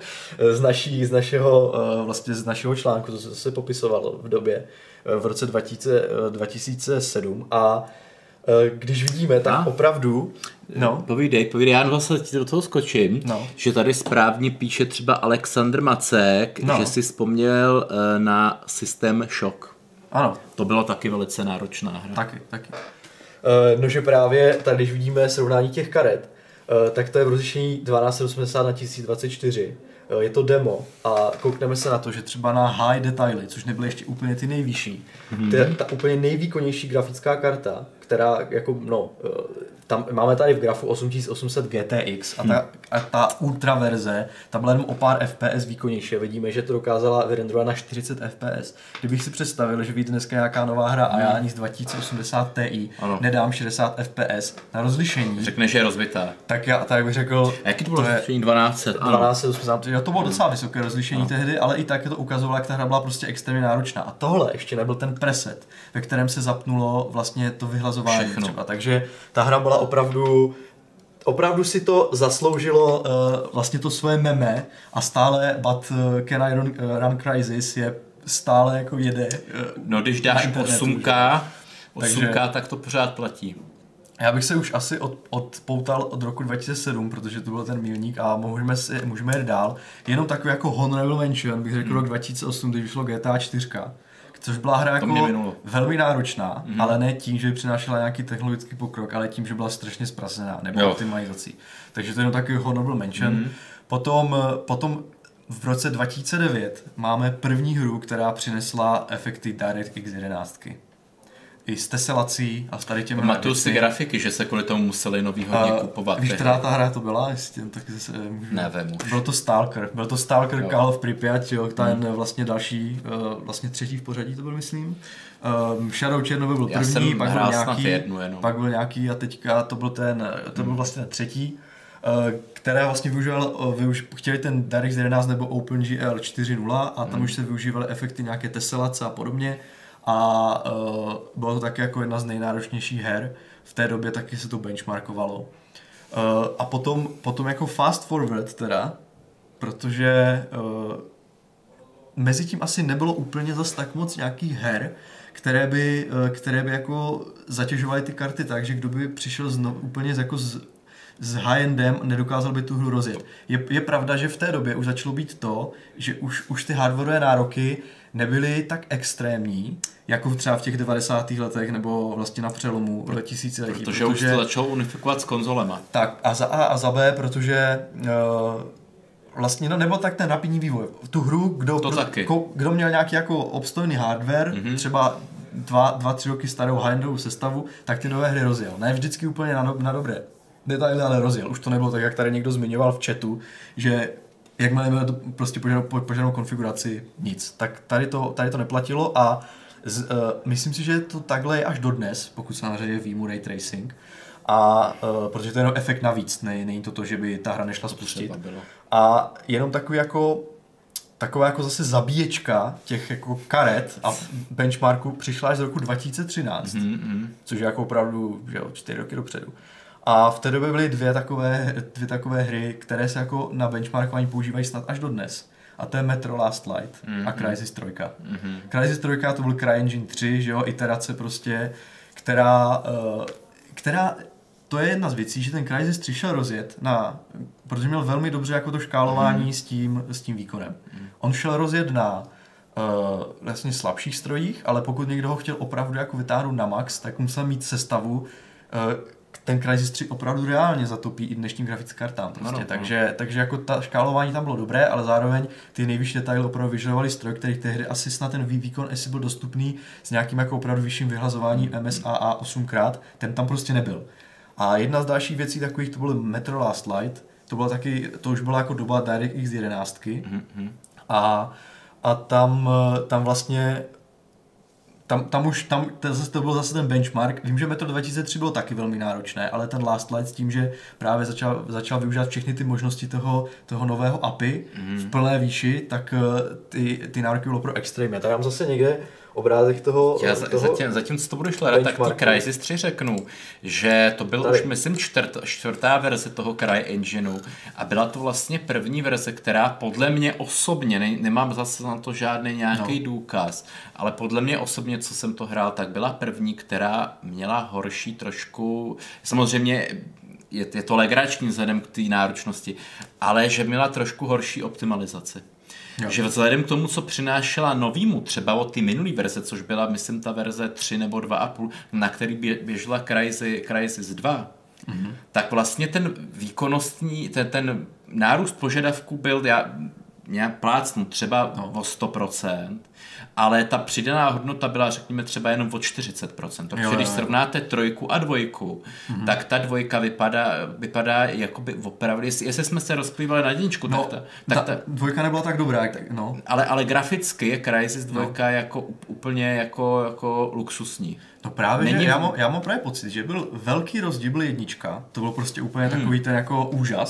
z našeho článku, to se popisovalo v době, v roce 2007 a když vidíme, tak opravdu... No. Povídej, já vlastně do toho skočím, že tady správně píše třeba Alexandr Macek, že si vzpomněl na systém Shock. Ano. To bylo taky velice náročná hra. Taky. No, že právě tady, když vidíme srovnání těch karet, tak to je v rozlišení 1280 na 1024. Je to demo a koukneme se na to, že třeba na high detaily, což nebyly ještě úplně ty nejvyšší, ta úplně nejvýkonnější grafická karta, která jako, tam máme tady v grafu 8800 GTX a ta ultra verze, ta byla jenom o pár FPS výkonnější. Vidíme, že to dokázala vyrenderovat na 40 FPS. Kdybych si představil, že vyjde dneska nějaká nová hra a já ani z 2080 Ti nedám 60 FPS na rozlišení. Řekne, že je rozbitá. Tak bych řekl... A jaký to bylo rozlišení? 1280? To bylo docela vysoké rozlišení tehdy, ale i tak to ukazovalo, jak ta hra byla prostě extrémně náročná. A tohle ještě nebyl ten preset, ve kterém se zapnulo vlastně to vyhlazování třeba. Takže ta hra byla opravdu opravdu si to zasloužilo vlastně to svoje meme a stále But Can I Run Crysis je stále jako jede. No když dáš 8K, tak to pořád platí. Já bych se už asi odpoutal od roku 2007, protože to byl ten milník a můžeme jít dál. Jenom takový jako honorable mention, bych řekl rok 2008, když vyšlo GTA 4, což byla hra jako velmi náročná, ale ne tím, že by přinášela nějaký technologický pokrok, ale tím, že byla strašně zprasená nebo optimalizací. Takže to je jenom takový honorable mention. Potom v roce 2009 máme první hru, která přinesla efekty DirectX 11. I s teselací a s tady těmi... Pamatuju si grafiky, že se kvůli tomu museli nový hodně kupovat. Víš, která ta hra to byla? Taky zase, nevím už. Byl to Stalker Call of Pripyat, jo, ten vlastně další, vlastně třetí v pořadí to byl, myslím. Shadow Chernobyl byl první, pak byl nějaký a teďka to byl byl vlastně ten třetí, které vlastně chtěli ten DirectX 11 nebo OpenGL 4.0 a tam už se využívaly efekty nějaké teselace a podobně. A bylo to taky jako jedna z nejnáročnějších her. V té době taky se to benchmarkovalo. A potom jako fast forward teda, protože mezi tím asi nebylo úplně zas tak moc nějakých her, které by jako zatěžovaly ty karty tak, že kdo by přišel úplně jako s high-endem nedokázal by tu hru rozjet. Je pravda, že v té době už začalo být to, že už ty hardwareové nároky nebyly tak extrémní, jako třeba v těch 90. letech nebo vlastně na přelomu tisíciletí. Protože už to začalo unifikovat s konzolema. Tak a za A a za B, protože vlastně nebyl tak ten rapidní vývoj. Tu hru, kdo měl nějaký jako obstojný hardware, třeba 2-3 roky starou high-endovou sestavu, tak ty nové hry rozjel. Ne vždycky úplně na dobré detaily, ale rozjel. Už to nebylo tak, jak tady někdo zmiňoval v chatu, že jakmile měl to prostě požadnou konfiguraci, nic. Tak tady to neplatilo a myslím si, že to takhle je až dodnes, pokud se na řadě výjmu ray tracing. A protože to je jenom efekt navíc, není to, že by ta hra nešla spustit. A jenom taková jako zase zabíječka těch jako karet a benchmarku přišla až z roku 2013, což je jako opravdu 4 roky dopředu. A v té době byly dvě takové hry, které se jako na benchmarkování používají snad až dodnes. A to je Metro Last Light a Crysis 3. Crysis 3 to byl CryEngine 3, že jo, iterace prostě, která to je jedna z věcí, že ten Crysis 3 šel rozjet protože měl velmi dobře jako to škálování s tím výkonem. On šel rozjet na vlastně slabších strojích, ale pokud někdo ho chtěl opravdu jako vytáhnout na max, tak musel mít sestavu, ten Crysis 3 opravdu reálně zatopí i dnešním grafickým kartám. Prostě. Takže jako ta škálování tam bylo dobré, ale zároveň ty nejvyšší detaily opravdu vyžadovaly stroj, který tehdy asi snad ten výkon asi byl dostupný s nějakým jako opravdu vyšším vyhlazováním MSAA 8x, ten tam prostě nebyl. A jedna z dalších věcí takových to bylo Metro Last Light, to už byla jako doba DirectX 11 a tam vlastně to byl zase ten benchmark. Vím, že Metro 2003 bylo taky velmi náročné, ale ten Last Light s tím, že právě začal využívat všechny ty možnosti toho nového API v plné výši, tak ty nároky bylo pro extrémně. Tady mám zase někde obrázek toho... Zatím co to budeš hledat, tak ty Crysis 3 řeknu, že to byl už, myslím, čtvrtá verze toho CryEngineu a byla to vlastně první verze, která podle mě osobně, nemám zase na to žádný nějaký důkaz, ale podle mě osobně, co jsem to hrál, tak byla první, která měla horší trošku, samozřejmě je to legrační vzhledem k té náročnosti, ale že měla trošku horší optimalizaci. Jo. Že vzhledem k tomu, co přinášela novýmu, třeba od ty minulý verze, což byla, myslím, ta verze 3 nebo 2,5, na který běžela Crysis 2, tak vlastně ten výkonnostní, ten nárůst požadavků byl, nějak plácnu, třeba o 100%, ale ta přidaná hodnota byla, řekněme, třeba jenom o 40%. Protože když srovnáte 3 a 2, tak ta 2 vypadá jakoby opravdu, jestli jsme se rozplývali na jedničku, tak ta 2 nebyla tak dobrá. Ale graficky je Crysis 2 jako úplně jako luxusní. No právě, já mám právě pocit, že byl velký rozdíl, byl jednička, to bylo prostě úplně takový ten jako úžas.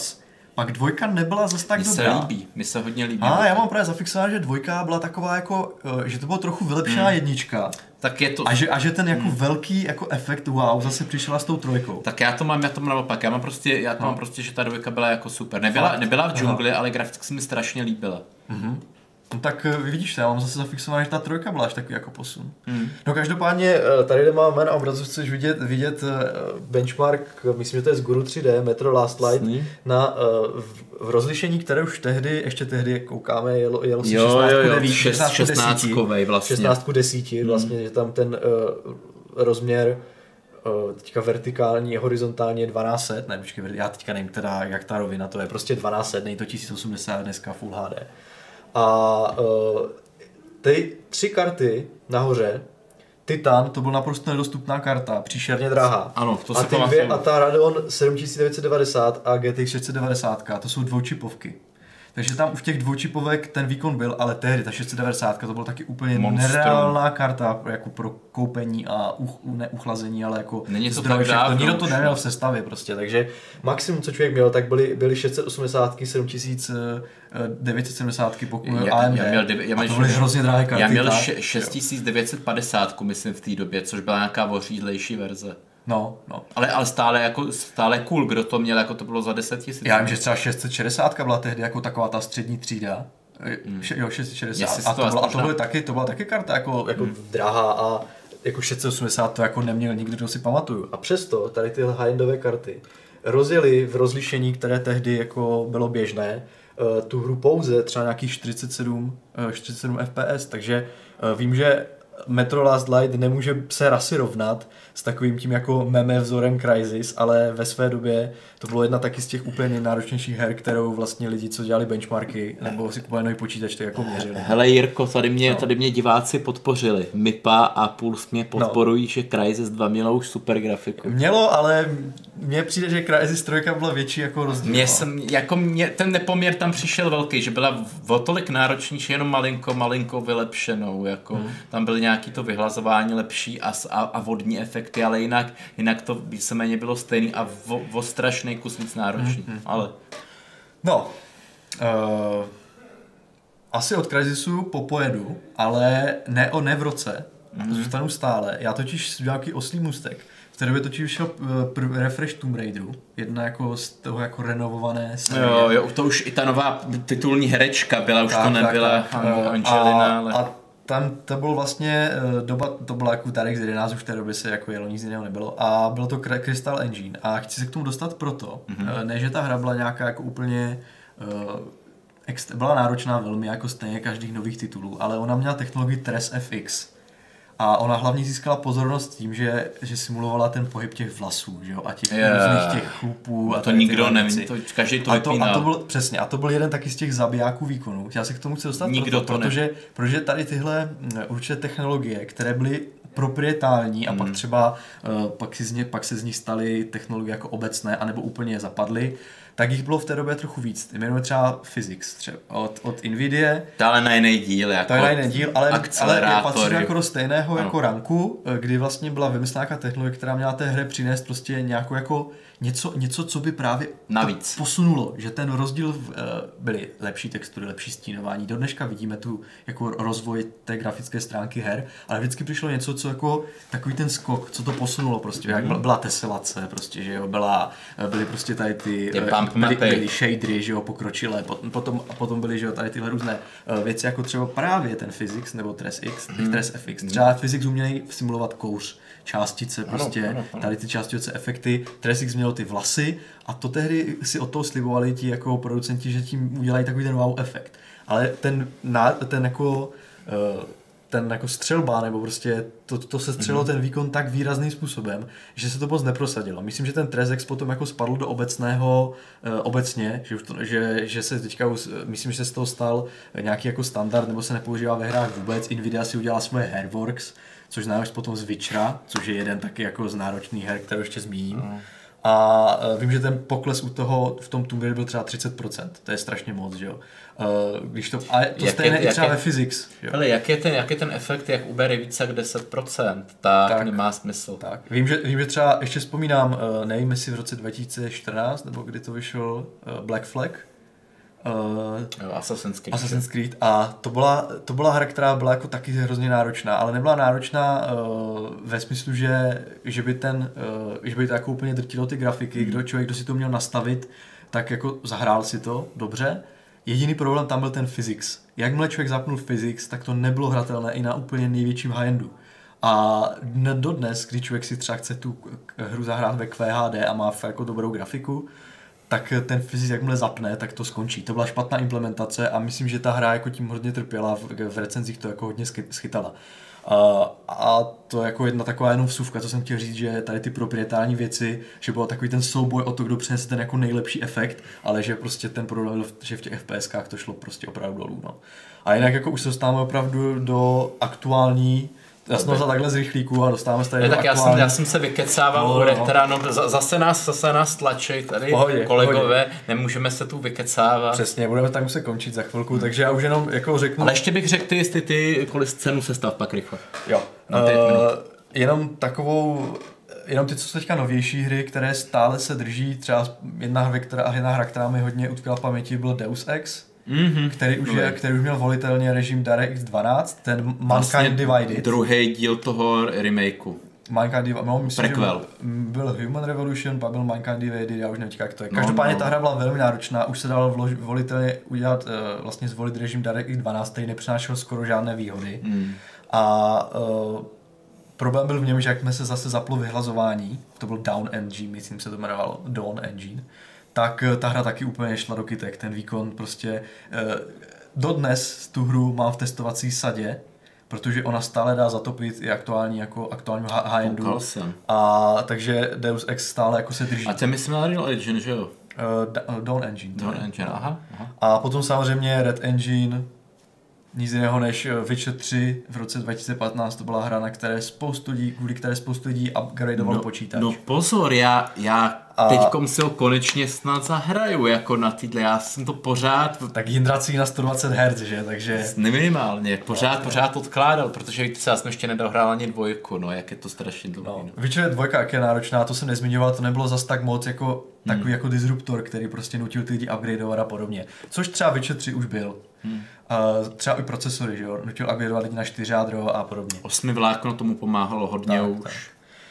Pak 2 nebyla zase tak dobrá. Mi se hodně líbí. Já mám právě zafixované, že 2 byla taková jako, že to bylo trochu vylepšená 1. Tak je to... A že ten jako velký jako efekt wow zase přišla s tou 3. Tak já to mám naopak. Já mám prostě, že ta 2 byla jako super. Nebyla v džungli, ale graficky se mi strašně líbila. No tak vidíš, já mám zase zafixované, že ta 3 byla až takový jako posun. No každopádně tady, kde máme na obrazu, chceš vidět benchmark, myslím, že to je z Guru 3D, Metro Last Light, na v rozlišení, které už ještě tehdy koukáme, jelo si 16kovej vlastně. 16:10, vlastně, že tam ten rozměr teďka vertikální, horizontální je 1200, ne, počkej, já teďka nevím teda, jak ta rovina, to je prostě 1200, není to 1080 dneska Full HD. A ty 3 karty nahoře, Titan, to byla naprosto nedostupná karta, příšerně drahá. Ano, to se pamatuju. A ta Radeon 7990 a GTX 690, to jsou dvoučipovky. Takže tam u těch dvoučipovek ten výkon byl, ale tehdy ta 690 to byla taky úplně nereálná karta jako pro koupení a neuchlazení, ale jako zdroj všechno. Nikdo to neměl v sestavě prostě, takže maximum, co člověk měl, tak byly 680, 7970 pokud AMD. To byly hrozně drahé karty. Já měl 6950, myslím v té době, což byla nějaká vořídlejší verze. No. Ale stále cool, kdo to měl, jako to bylo za 10 000. Já vím, že třeba 660 byla tehdy jako taková ta střední třída. Jo, 660. A to byla taky karta jako drahá a jako 680 to jako neměl nikdo, kdo si pamatuju. A přesto tady tyhle high-endové karty rozjeli v rozlišení, které tehdy jako bylo běžné, tu hru pouze třeba nějakých 47 fps, takže vím, že Metro Last Light nemůže se rasy rovnat s takovým tím jako meme vzorem Crysis, ale ve své době to bylo jedna taky z těch úplně nejnáročnějších her, kterou vlastně lidi, co dělali benchmarky, nebo si kupovali nový počítač, to jako měřili. Hele Jirko, tady mě diváci podpořili. MIPA a Puls mě podporují, že Crysis 2 mělo už super grafiku. Mělo, ale mně přijde, že Crysis 3 byla větší jako rozdíl. Ten nepoměr tam přišel velký, že byla o tolik náročnější, jenom malinko vylepšenou, jako tam byly nějaký to vyhlazování lepší a vodní efekty, ale jinak to víceméně bylo stejný a o strašný kus víc náročný, ale... No, asi od Crysisu popojedu, ale ne v roce, zůstanu stále. Já totiž nějaký oslý můstek. V té době totiž vyšel refresh Tomb Raideru, jedna jako z toho jako renovované série. Jo, to už i ta nová titulní herečka byla, už to nebyla Angelina, ale... A tam to bylo vlastně doba, to byla jako TRX 11, už v té době se jako jelo, nic jiného nebylo a bylo to Crystal Engine a chci se k tomu dostat proto, ne že ta hra byla nějaká jako úplně byla náročná velmi jako stejně každých nových titulů, ale ona měla technologii Tres FX a ona hlavně získala pozornost tím, že simulovala ten pohyb těch vlasů, že jo, a těch různých těch chlupů a to nikdo neví, to každý to vypínal. A to byl jeden taky z těch zabijáků výkonů. Já se k tomu chci dostat, protože tady tyhle určité technologie, které byly proprietární a pak třeba pak se z nich staly technologie jako obecné anebo úplně zapadly, tak jich bylo v té době trochu víc. Jmenuje třeba Physics třeba od Nvidia. Dále na jiný díl, jako ale patří jako do stejného jako ranku, kdy vlastně byla vymyslená nějaká technologie, která měla té hře přinést prostě nějakou jako něco, co by právě navíc posunulo, že ten rozdíl byly lepší textury, lepší stínování. Do dneška vidíme tu jako rozvoj té grafické stránky her, ale vždycky přišlo něco, co jako takový ten skok, co to posunulo prostě, jak byla teselace prostě, že jo, byly prostě tady byly shadery, že jo, pokročilé, potom byly, že jo, tady tyhle různé věci, jako třeba právě ten Physics nebo Tres FX. Třeba Physics uměli simulovat kouř, částice, prostě tady ty částice efekty, Tres X mělo ty vlasy a to tehdy si od toho slibovali ti jako producenti, že tím udělají takový ten wow efekt. Ale ten jako střelba, nebo prostě to se střelo ten výkon tak výrazným způsobem, že se to moc neprosadilo. Myslím, že ten Trezex potom jako spadl do obecně, že se teďka, myslím, že se z toho stal nějaký jako standard, nebo se nepoužívá ve hrách vůbec. Nvidia si udělala svoje Hairworks, což znáš potom z Witchera, což je jeden taky jako z náročných her, kterou ještě zmíním. A vím, že ten pokles v tom Tomb Raider byl třeba 30%, to je strašně moc, že jo. Když to, a to stejné i třeba ve physics. Ale jak je ten efekt, jak ubere více jak 10%, tak nemá smysl. Tak. Vím, že třeba ještě vzpomínám, nevím jestli v roce 2014, nebo kdy to vyšel Black Flag, Assassin's Creed. A to byla hra, která byla jako taky hrozně náročná, ale nebyla náročná ve smyslu, že by to jako úplně drtilo ty grafiky, kdo si to měl nastavit, tak jako zahrál si to dobře. Jediný problém tam byl ten physics. Jakmile člověk zapnul physics, tak to nebylo hratelné i na úplně největším high-endu. A dodnes, když člověk si třeba chce tu hru zahrát ve QHD a má jako dobrou grafiku, tak ten physics jakmile zapne, tak to skončí. To byla špatná implementace a myslím, že ta hra jako tím hodně trpěla, v recenzích to jako hodně schytala. A to jako jedna taková jenom vsuvka, co jsem chtěl říct, že tady ty proprietární věci, že byl takový ten souboj o to, kdo přinese ten jako nejlepší efekt, ale že prostě ten problém byl, že v těch FPSkách to šlo prostě opravdu dolů. No. A jinak jako už se dostáváme opravdu do aktuální. Já jsem to takhle z rychlíku a dostáváme se tady do aktuální. Já jsem se vykecával u Retra, zase nás tlačí tady kolegové, nemůžeme se tu vykecávat. Přesně, budeme tak muset končit za chvilku, takže já už jenom jako řeknu. Ale ještě bych řekl ty, jestli ty kolik scénu sestav pak rychle. Jo, jenom ty, co jsou teďka novější hry, které stále se drží, třeba jedna hra, která mi hodně utkvěla v paměti, byl Deus Ex. Který už měl volitelně režim DirectX 12, ten Mankind Divided. Druhý díl toho remakeu. Mankind Divided, no, myslím, prequel. Že byl Human Revolution, pak byl Mankind Divided, já už nevím, jak to je. Každopádně ta hra byla velmi náročná, už se dalo volitelně udělat, vlastně zvolit režim DirectX 12, který nepřinášel skoro žádné výhody. A problém byl v něm, že jak se zase zaplo vyhlazování, to byl Dawn Engine, myslím se to jmenovalo, Dawn Engine, tak ta hra taky úplně šla do kytek, ten výkon prostě dodnes tu hru mám v testovací sadě, protože ona stále dá zatopit i aktuálnímu high-endu. A takže Deus Ex stále jako se drží. A ten myslím na Real Engine, že jo? Dawn Engine. Dawn Engine, aha. A potom samozřejmě Red Engine, nic jiného než Witcher 3 v roce 2015, to byla hra, kvůli které spoustu lidí upgradeovalo počítač. No pozor, já teďkom si ho konečně snad zahraju, jako na týdle, já jsem to pořád... Tak Jindrací na 120 Hz, že? Takže... Minimálně, pořád odkládal, protože víte, já jsem ještě nedohrál ani dvojku, no, jak je to strašně dlouhý. No. Witcher 2, jak je náročná, to jsem nezmiňoval, to nebylo zas tak moc jako takový jako disruptor, který prostě nutil ty lidi upgradeovat a podobně. Což třeba Witcher 3 už byl. Třeba i procesory, že jo, nutil upgradeovat lidi na 4 jádro a podobně. 8 vlákno tomu pomáhalo hodně už. Tak.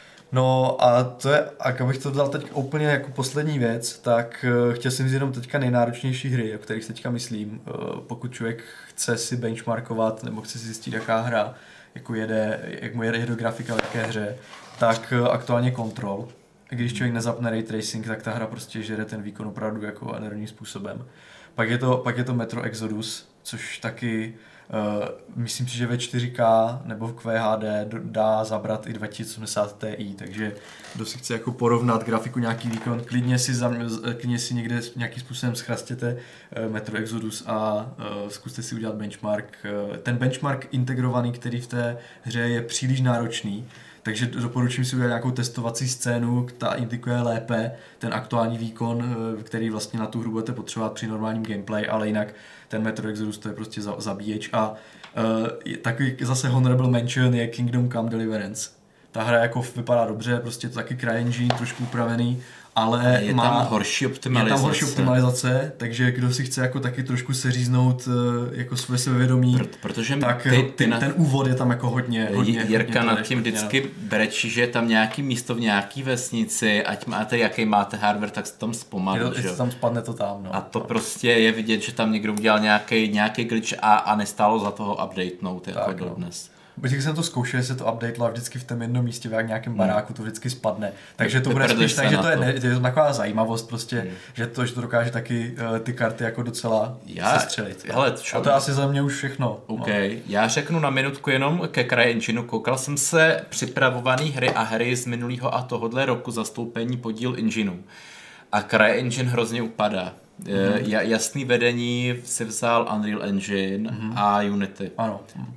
No a to je, a abych to dal teď úplně jako poslední věc, tak chtěl jsem říct jenom teďka nejnáročnější hry, o kterých se teďka myslím, pokud člověk chce si benchmarkovat nebo chce si zjistit, jaká hra jako jak mu jede do grafika v jaké hře, tak aktuálně Control. Když člověk nezapne ray tracing, tak ta hra prostě žere ten výkon opravdu jako enormním způsobem. Pak je to Metro Exodus, což taky myslím si, že ve 4K nebo v QHD dá zabrat i 2080 Ti, takže kdo si chce jako porovnat grafiku, nějaký výkon, klidně si někde nějakým způsobem schrastěte Metro Exodus a zkuste si udělat benchmark. Ten benchmark integrovaný, který v té hře je příliš náročný, takže doporučím si udělat nějakou testovací scénu, která indikuje lépe ten aktuální výkon, který vlastně na tu hru budete potřebovat při normálním gameplay, ale jinak ten Metro Exodus to je prostě zabíječ. A takový zase honorable mention je Kingdom Come Deliverance. Ta hra jako vypadá dobře, prostě to taky CryEngine, trošku upravený, ale je tam horší optimalizace, takže kdo si chce jako taky trošku seříznout jako své sebevědomí, protože tak ten úvod je tam jako hodně Jirka nad tím vždycky brečí, že je tam nějaký místo v nějaký vesnici, ať máte jaký máte hardware, tak se tam zpomalí. Tam spadne to tam. No. A to prostě je vidět, že tam někdo udělal nějaký glitch a nestálo za toho updatenout jako dodnes. Když jsem to zkoušel, že se to updatela vždycky v tom jednom místě, v nějakém baráku to vždycky spadne. Takže to bude spíš tak, že to je taková zajímavost prostě, že to dokáže taky ty karty jako docela sestřelit. A to je asi za mě už všechno. Okay. No. Já řeknu na minutku jenom ke CryEngineu. Koukal jsem se připravované hry a hry z minulého a tohohle roku zastoupení podíl engineu. A CryEngine hrozně upadá. Jasný vedení si vzal Unreal Engine a Unity. Ano.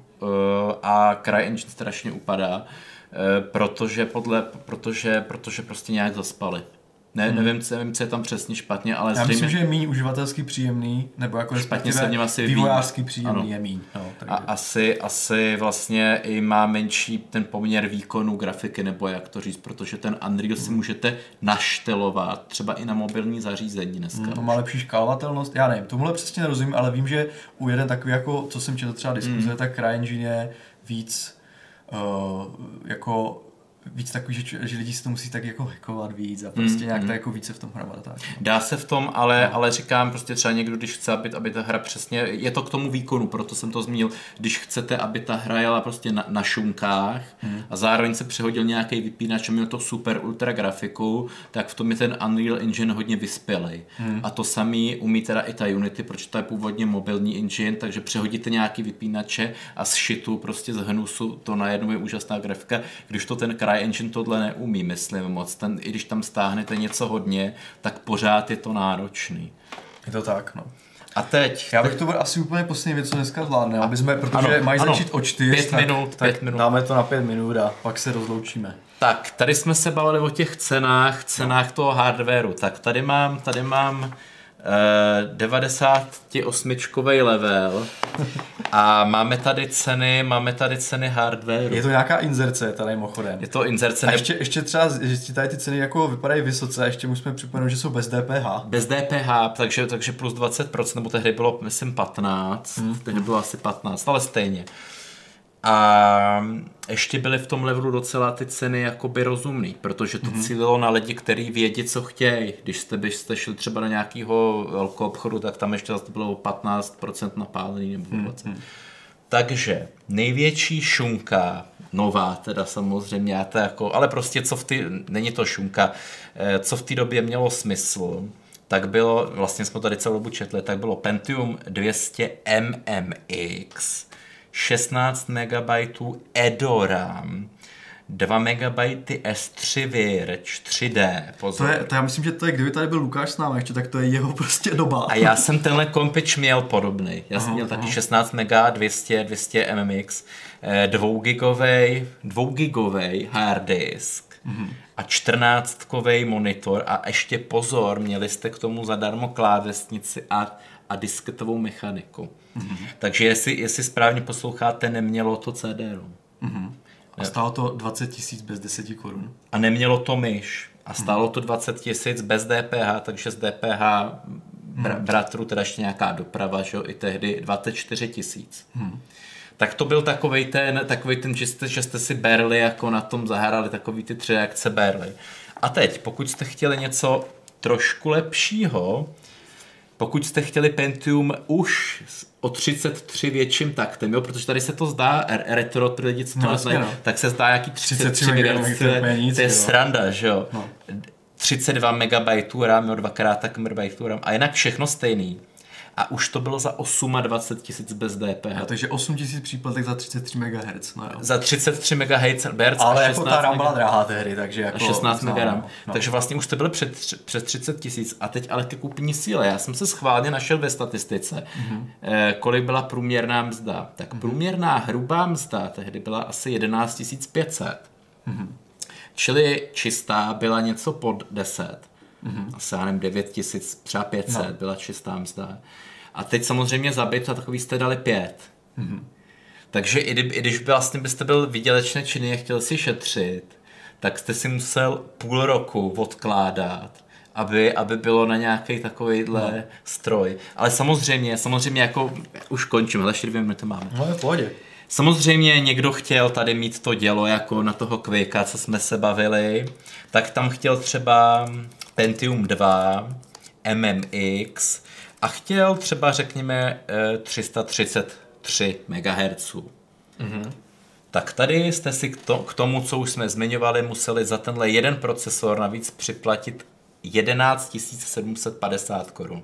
A CryEngine strašně upadá, protože prostě nějak zaspali. Nevím, co je tam přesně špatně, ale já myslím, že je méně uživatelsky příjemný, nebo jako špatně se v něm asi vývojářský příjemný je méně. No, a asi vlastně i má menší ten poměr výkonu grafiky, nebo jak to říct, protože ten Unreal si můžete naštelovat třeba i na mobilní zařízení dneska. Má lepší škálovatelnost, já nevím, tomuhle přesně nerozumím, ale vím, že u jeden takový, jako co jsem četl třeba diskuze, tak CryEngine je víc jako víc takový, že lidi si to musí tak jako hackovat víc a prostě nějak tak jako více v tom hrabat. Tak. Dá se v tom, ale říkám prostě třeba někdo, když chce, aby ta hra přesně, je to k tomu výkonu, proto jsem to zmínil, když chcete, aby ta hra jela prostě na šunkách a zároveň se přehodil nějaký vypínač a měl to super ultra grafiku, tak v tom je ten Unreal Engine hodně vyspělej. A to samý umí teda i ta Unity, protože to je původně mobilní engine, takže přehodíte nějaký vypínače a z shitu, prostě z hnusu, to najednou je úžasná grafika, když to ten CryEngine tohle neumí, myslím moc. I když tam stáhnete něco hodně, tak pořád je to náročný. Je to tak, no. A teď... Já bych to byl asi úplně poslední věc, co dneska zvládne, aby jsme, protože mají začít o 4, 5 minut. Dáme to na 5 minut a pak se rozloučíme. Tak, tady jsme se bavili o těch cenách toho hardwareu. Tak tady mám 98 level a máme tady ceny hardwareu. Je to nějaká inzerce tady mimochodem. Je to inzerce. A ještě třeba, že tady ty ceny jako vypadají vysoce, ještě musíme připomenout, že jsou bez DPH. Bez DPH, takže plus 20%, nebo tehdy bylo, myslím, 15, tehdy bylo asi 15, ale stejně. A ještě byly v tom levelu docela ty ceny jakoby rozumný, protože to cílilo na lidi, kteří vědí, co chtějí. Když jste šli třeba do nějakého velkého obchodu, tak tam ještě zase bylo 15% napálený nebo 20%. Takže největší šunka, nová teda samozřejmě, ale prostě není to šunka, co v té době mělo smysl, tak bylo, vlastně jsme tady celou dobu četli, tak bylo Pentium 200 MMX, 16 MB EDORAM, 2 MB S3 Virge 3D. Pozor. To já myslím, že to je, kdyby tady byl Lukáš s námi ještě, tak to je jeho prostě doba. A já jsem tenhle kompič měl podobný. Já jsem měl taky 16 MB 200 MMX, 2 gigovej hard disk a 14kovej monitor a ještě pozor, měli jste k tomu zadarmo klávesnici a disketovou mechaniku. Takže jestli správně posloucháte, nemělo to CD-ROM. A stálo to 20 000 bez 10 korun. A nemělo to myš. A stálo to 20 000 bez DPH, takže z DPH bratru teda ještě nějaká doprava, že jo, i tehdy 24 000. Tak to byl takovej ten že jste si berli, jako na tom zahrali takový ty 3 akce berli. A teď, pokud jste chtěli něco trošku lepšího, pokud jste chtěli Pentium už o 33 větším taktem, jo, protože tady se to zdá retro, pro lidi, co to neznají, tak se zdá jaký 33 MB, to je sranda, že jo. 32 MB RAM, 2x tak MB RAM a jinak všechno stejný. A už to bylo za 28 000 bez DPH. No, takže 8 000 příplatek za 33 MHz. No jo. Za 33 MHz ale a jako ta RAM byla drahá tehdy, takže jako... 16 MB RAM. No. Takže vlastně už to bylo přes 30 000 a teď ale ke kupní síle. Já jsem se schválně našel ve statistice, kolik byla průměrná mzda. Tak průměrná hrubá mzda tehdy byla asi 11 500. Čili čistá byla něco pod 10. Asi já nevím, 9 000, třeba 500 byla čistá mzda. A teď samozřejmě za byt a takový jste dali 5. Takže i když vlastně byste byl výdělečně činný a chtěl si šetřit, tak jste si musel půl roku odkládat, aby bylo na nějaký takovýhle stroj. Ale samozřejmě jako už končím, ale 4 minuty máme. No je v pohodě. Samozřejmě někdo chtěl tady mít to dělo jako na toho Quakea, co jsme se bavili, tak tam chtěl třeba Pentium 2, MMX a chtěl třeba řekněme 333 MHz. Tak tady jste si k tomu, co už jsme zmiňovali, museli za tenhle jeden procesor navíc připlatit 11 750 korun.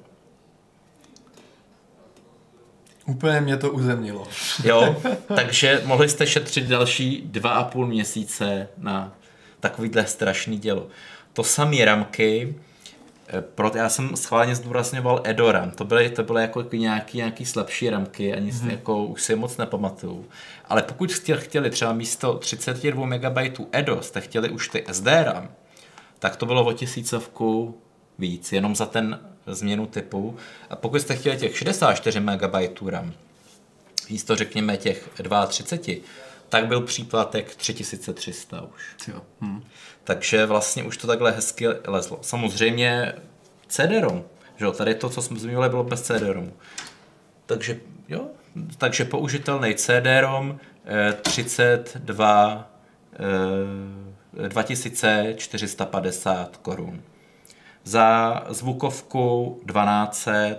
Úplně mě to uzemnilo. Jo, takže mohli jste šetřit další 2,5 měsíce na takovýhle strašný dělo. To samé ramky, já jsem schválně zdůrazňoval EDORAM, to byly jako nějaký slabší ramky, ani jako už si je moc nepamatuju. Ale pokud jste chtěli třeba místo 32 MB EDO, jste chtěli už ty SDRAM, tak to bylo o 1000 víc, jenom za ten změnu typu. A pokud jste chtěli těch 64 MB RAM, místo řekněme těch 32, tak byl příplatek 3300 už. Jo. Takže vlastně už to takhle hezky lezlo. Samozřejmě CD-ROM, že jo, tady to, co jsme zmiňovali, bylo bez CD-ROMu. Takže jo, takže použitelný CD-ROM 2450 korun. Za zvukovku 1200,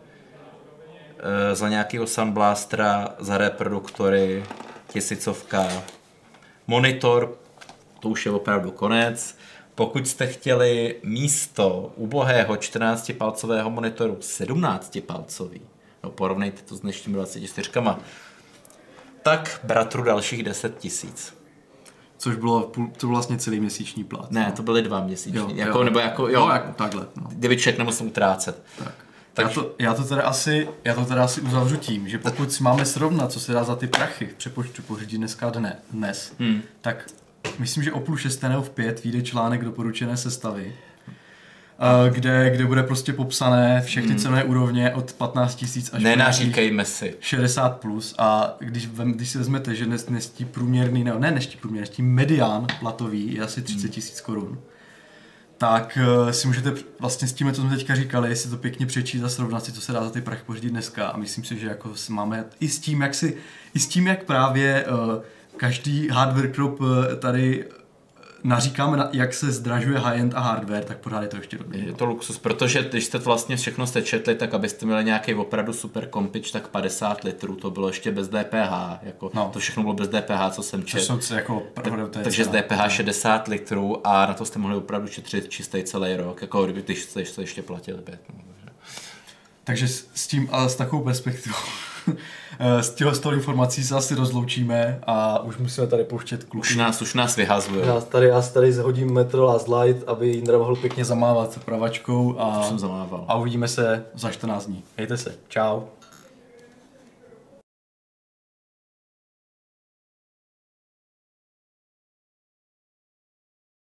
za nějakýho Soundblastera, za reproduktory 1000. Monitor, to už je opravdu konec. Pokud jste chtěli místo ubohého 14-palcového monitoru 17-palcový, no porovnejte to s dnešními 24, tak bratru dalších 10 000. Což bylo to vlastně celý měsíční plat. Ne, to byly 2 měsíční. Nebo jako takhle. No. Kdyby člověk nemusel utrácet. Tak. Já to teda asi uzavřu tím, že pokud si máme srovnat, co se dá za ty prachy v přepočtu pořídit dnes, tak myslím, že o 4:30 nebo v 5 vyjde článek doporučené sestavy, kde bude prostě popsané všechny cenové úrovně od 15 000 až nenaříkejme si 60 plus, a když si vezmete, že dnes tí průměrný, tí medián platový je asi 30 000 korun, tak si můžete vlastně s tím, co jsme teďka říkali, si to pěkně přečíst a srovnat si, co se dá za ty prachy pořídit dneska, a myslím si, že jako máme i s tím, jak právě každý hardware crop tady naříkáme, jak se zdražuje high-end a hardware, tak pořád je to ještě dobrý. Je to luxus, protože když jste to vlastně všechno jste četli, tak abyste měli nějaký opravdu super kompič, tak 50 litrů, to bylo ještě bez DPH, jako to všechno bylo bez DPH, co jsem četl. Takže z DPH 60 litrů a na to jste mohli opravdu šetřit čistý celý rok, jako když jste to ještě platili 5. Takže s tím a s takovou perspektivou s tou informací se asi rozloučíme a už musíme tady pouštět kluky. Už nás vyhazuje. Já tady zhodím Metro Last Light, aby Jindra mohl pěkně zamávat pravačkou a uvidíme se za 14 dní. Hejte se. Čau.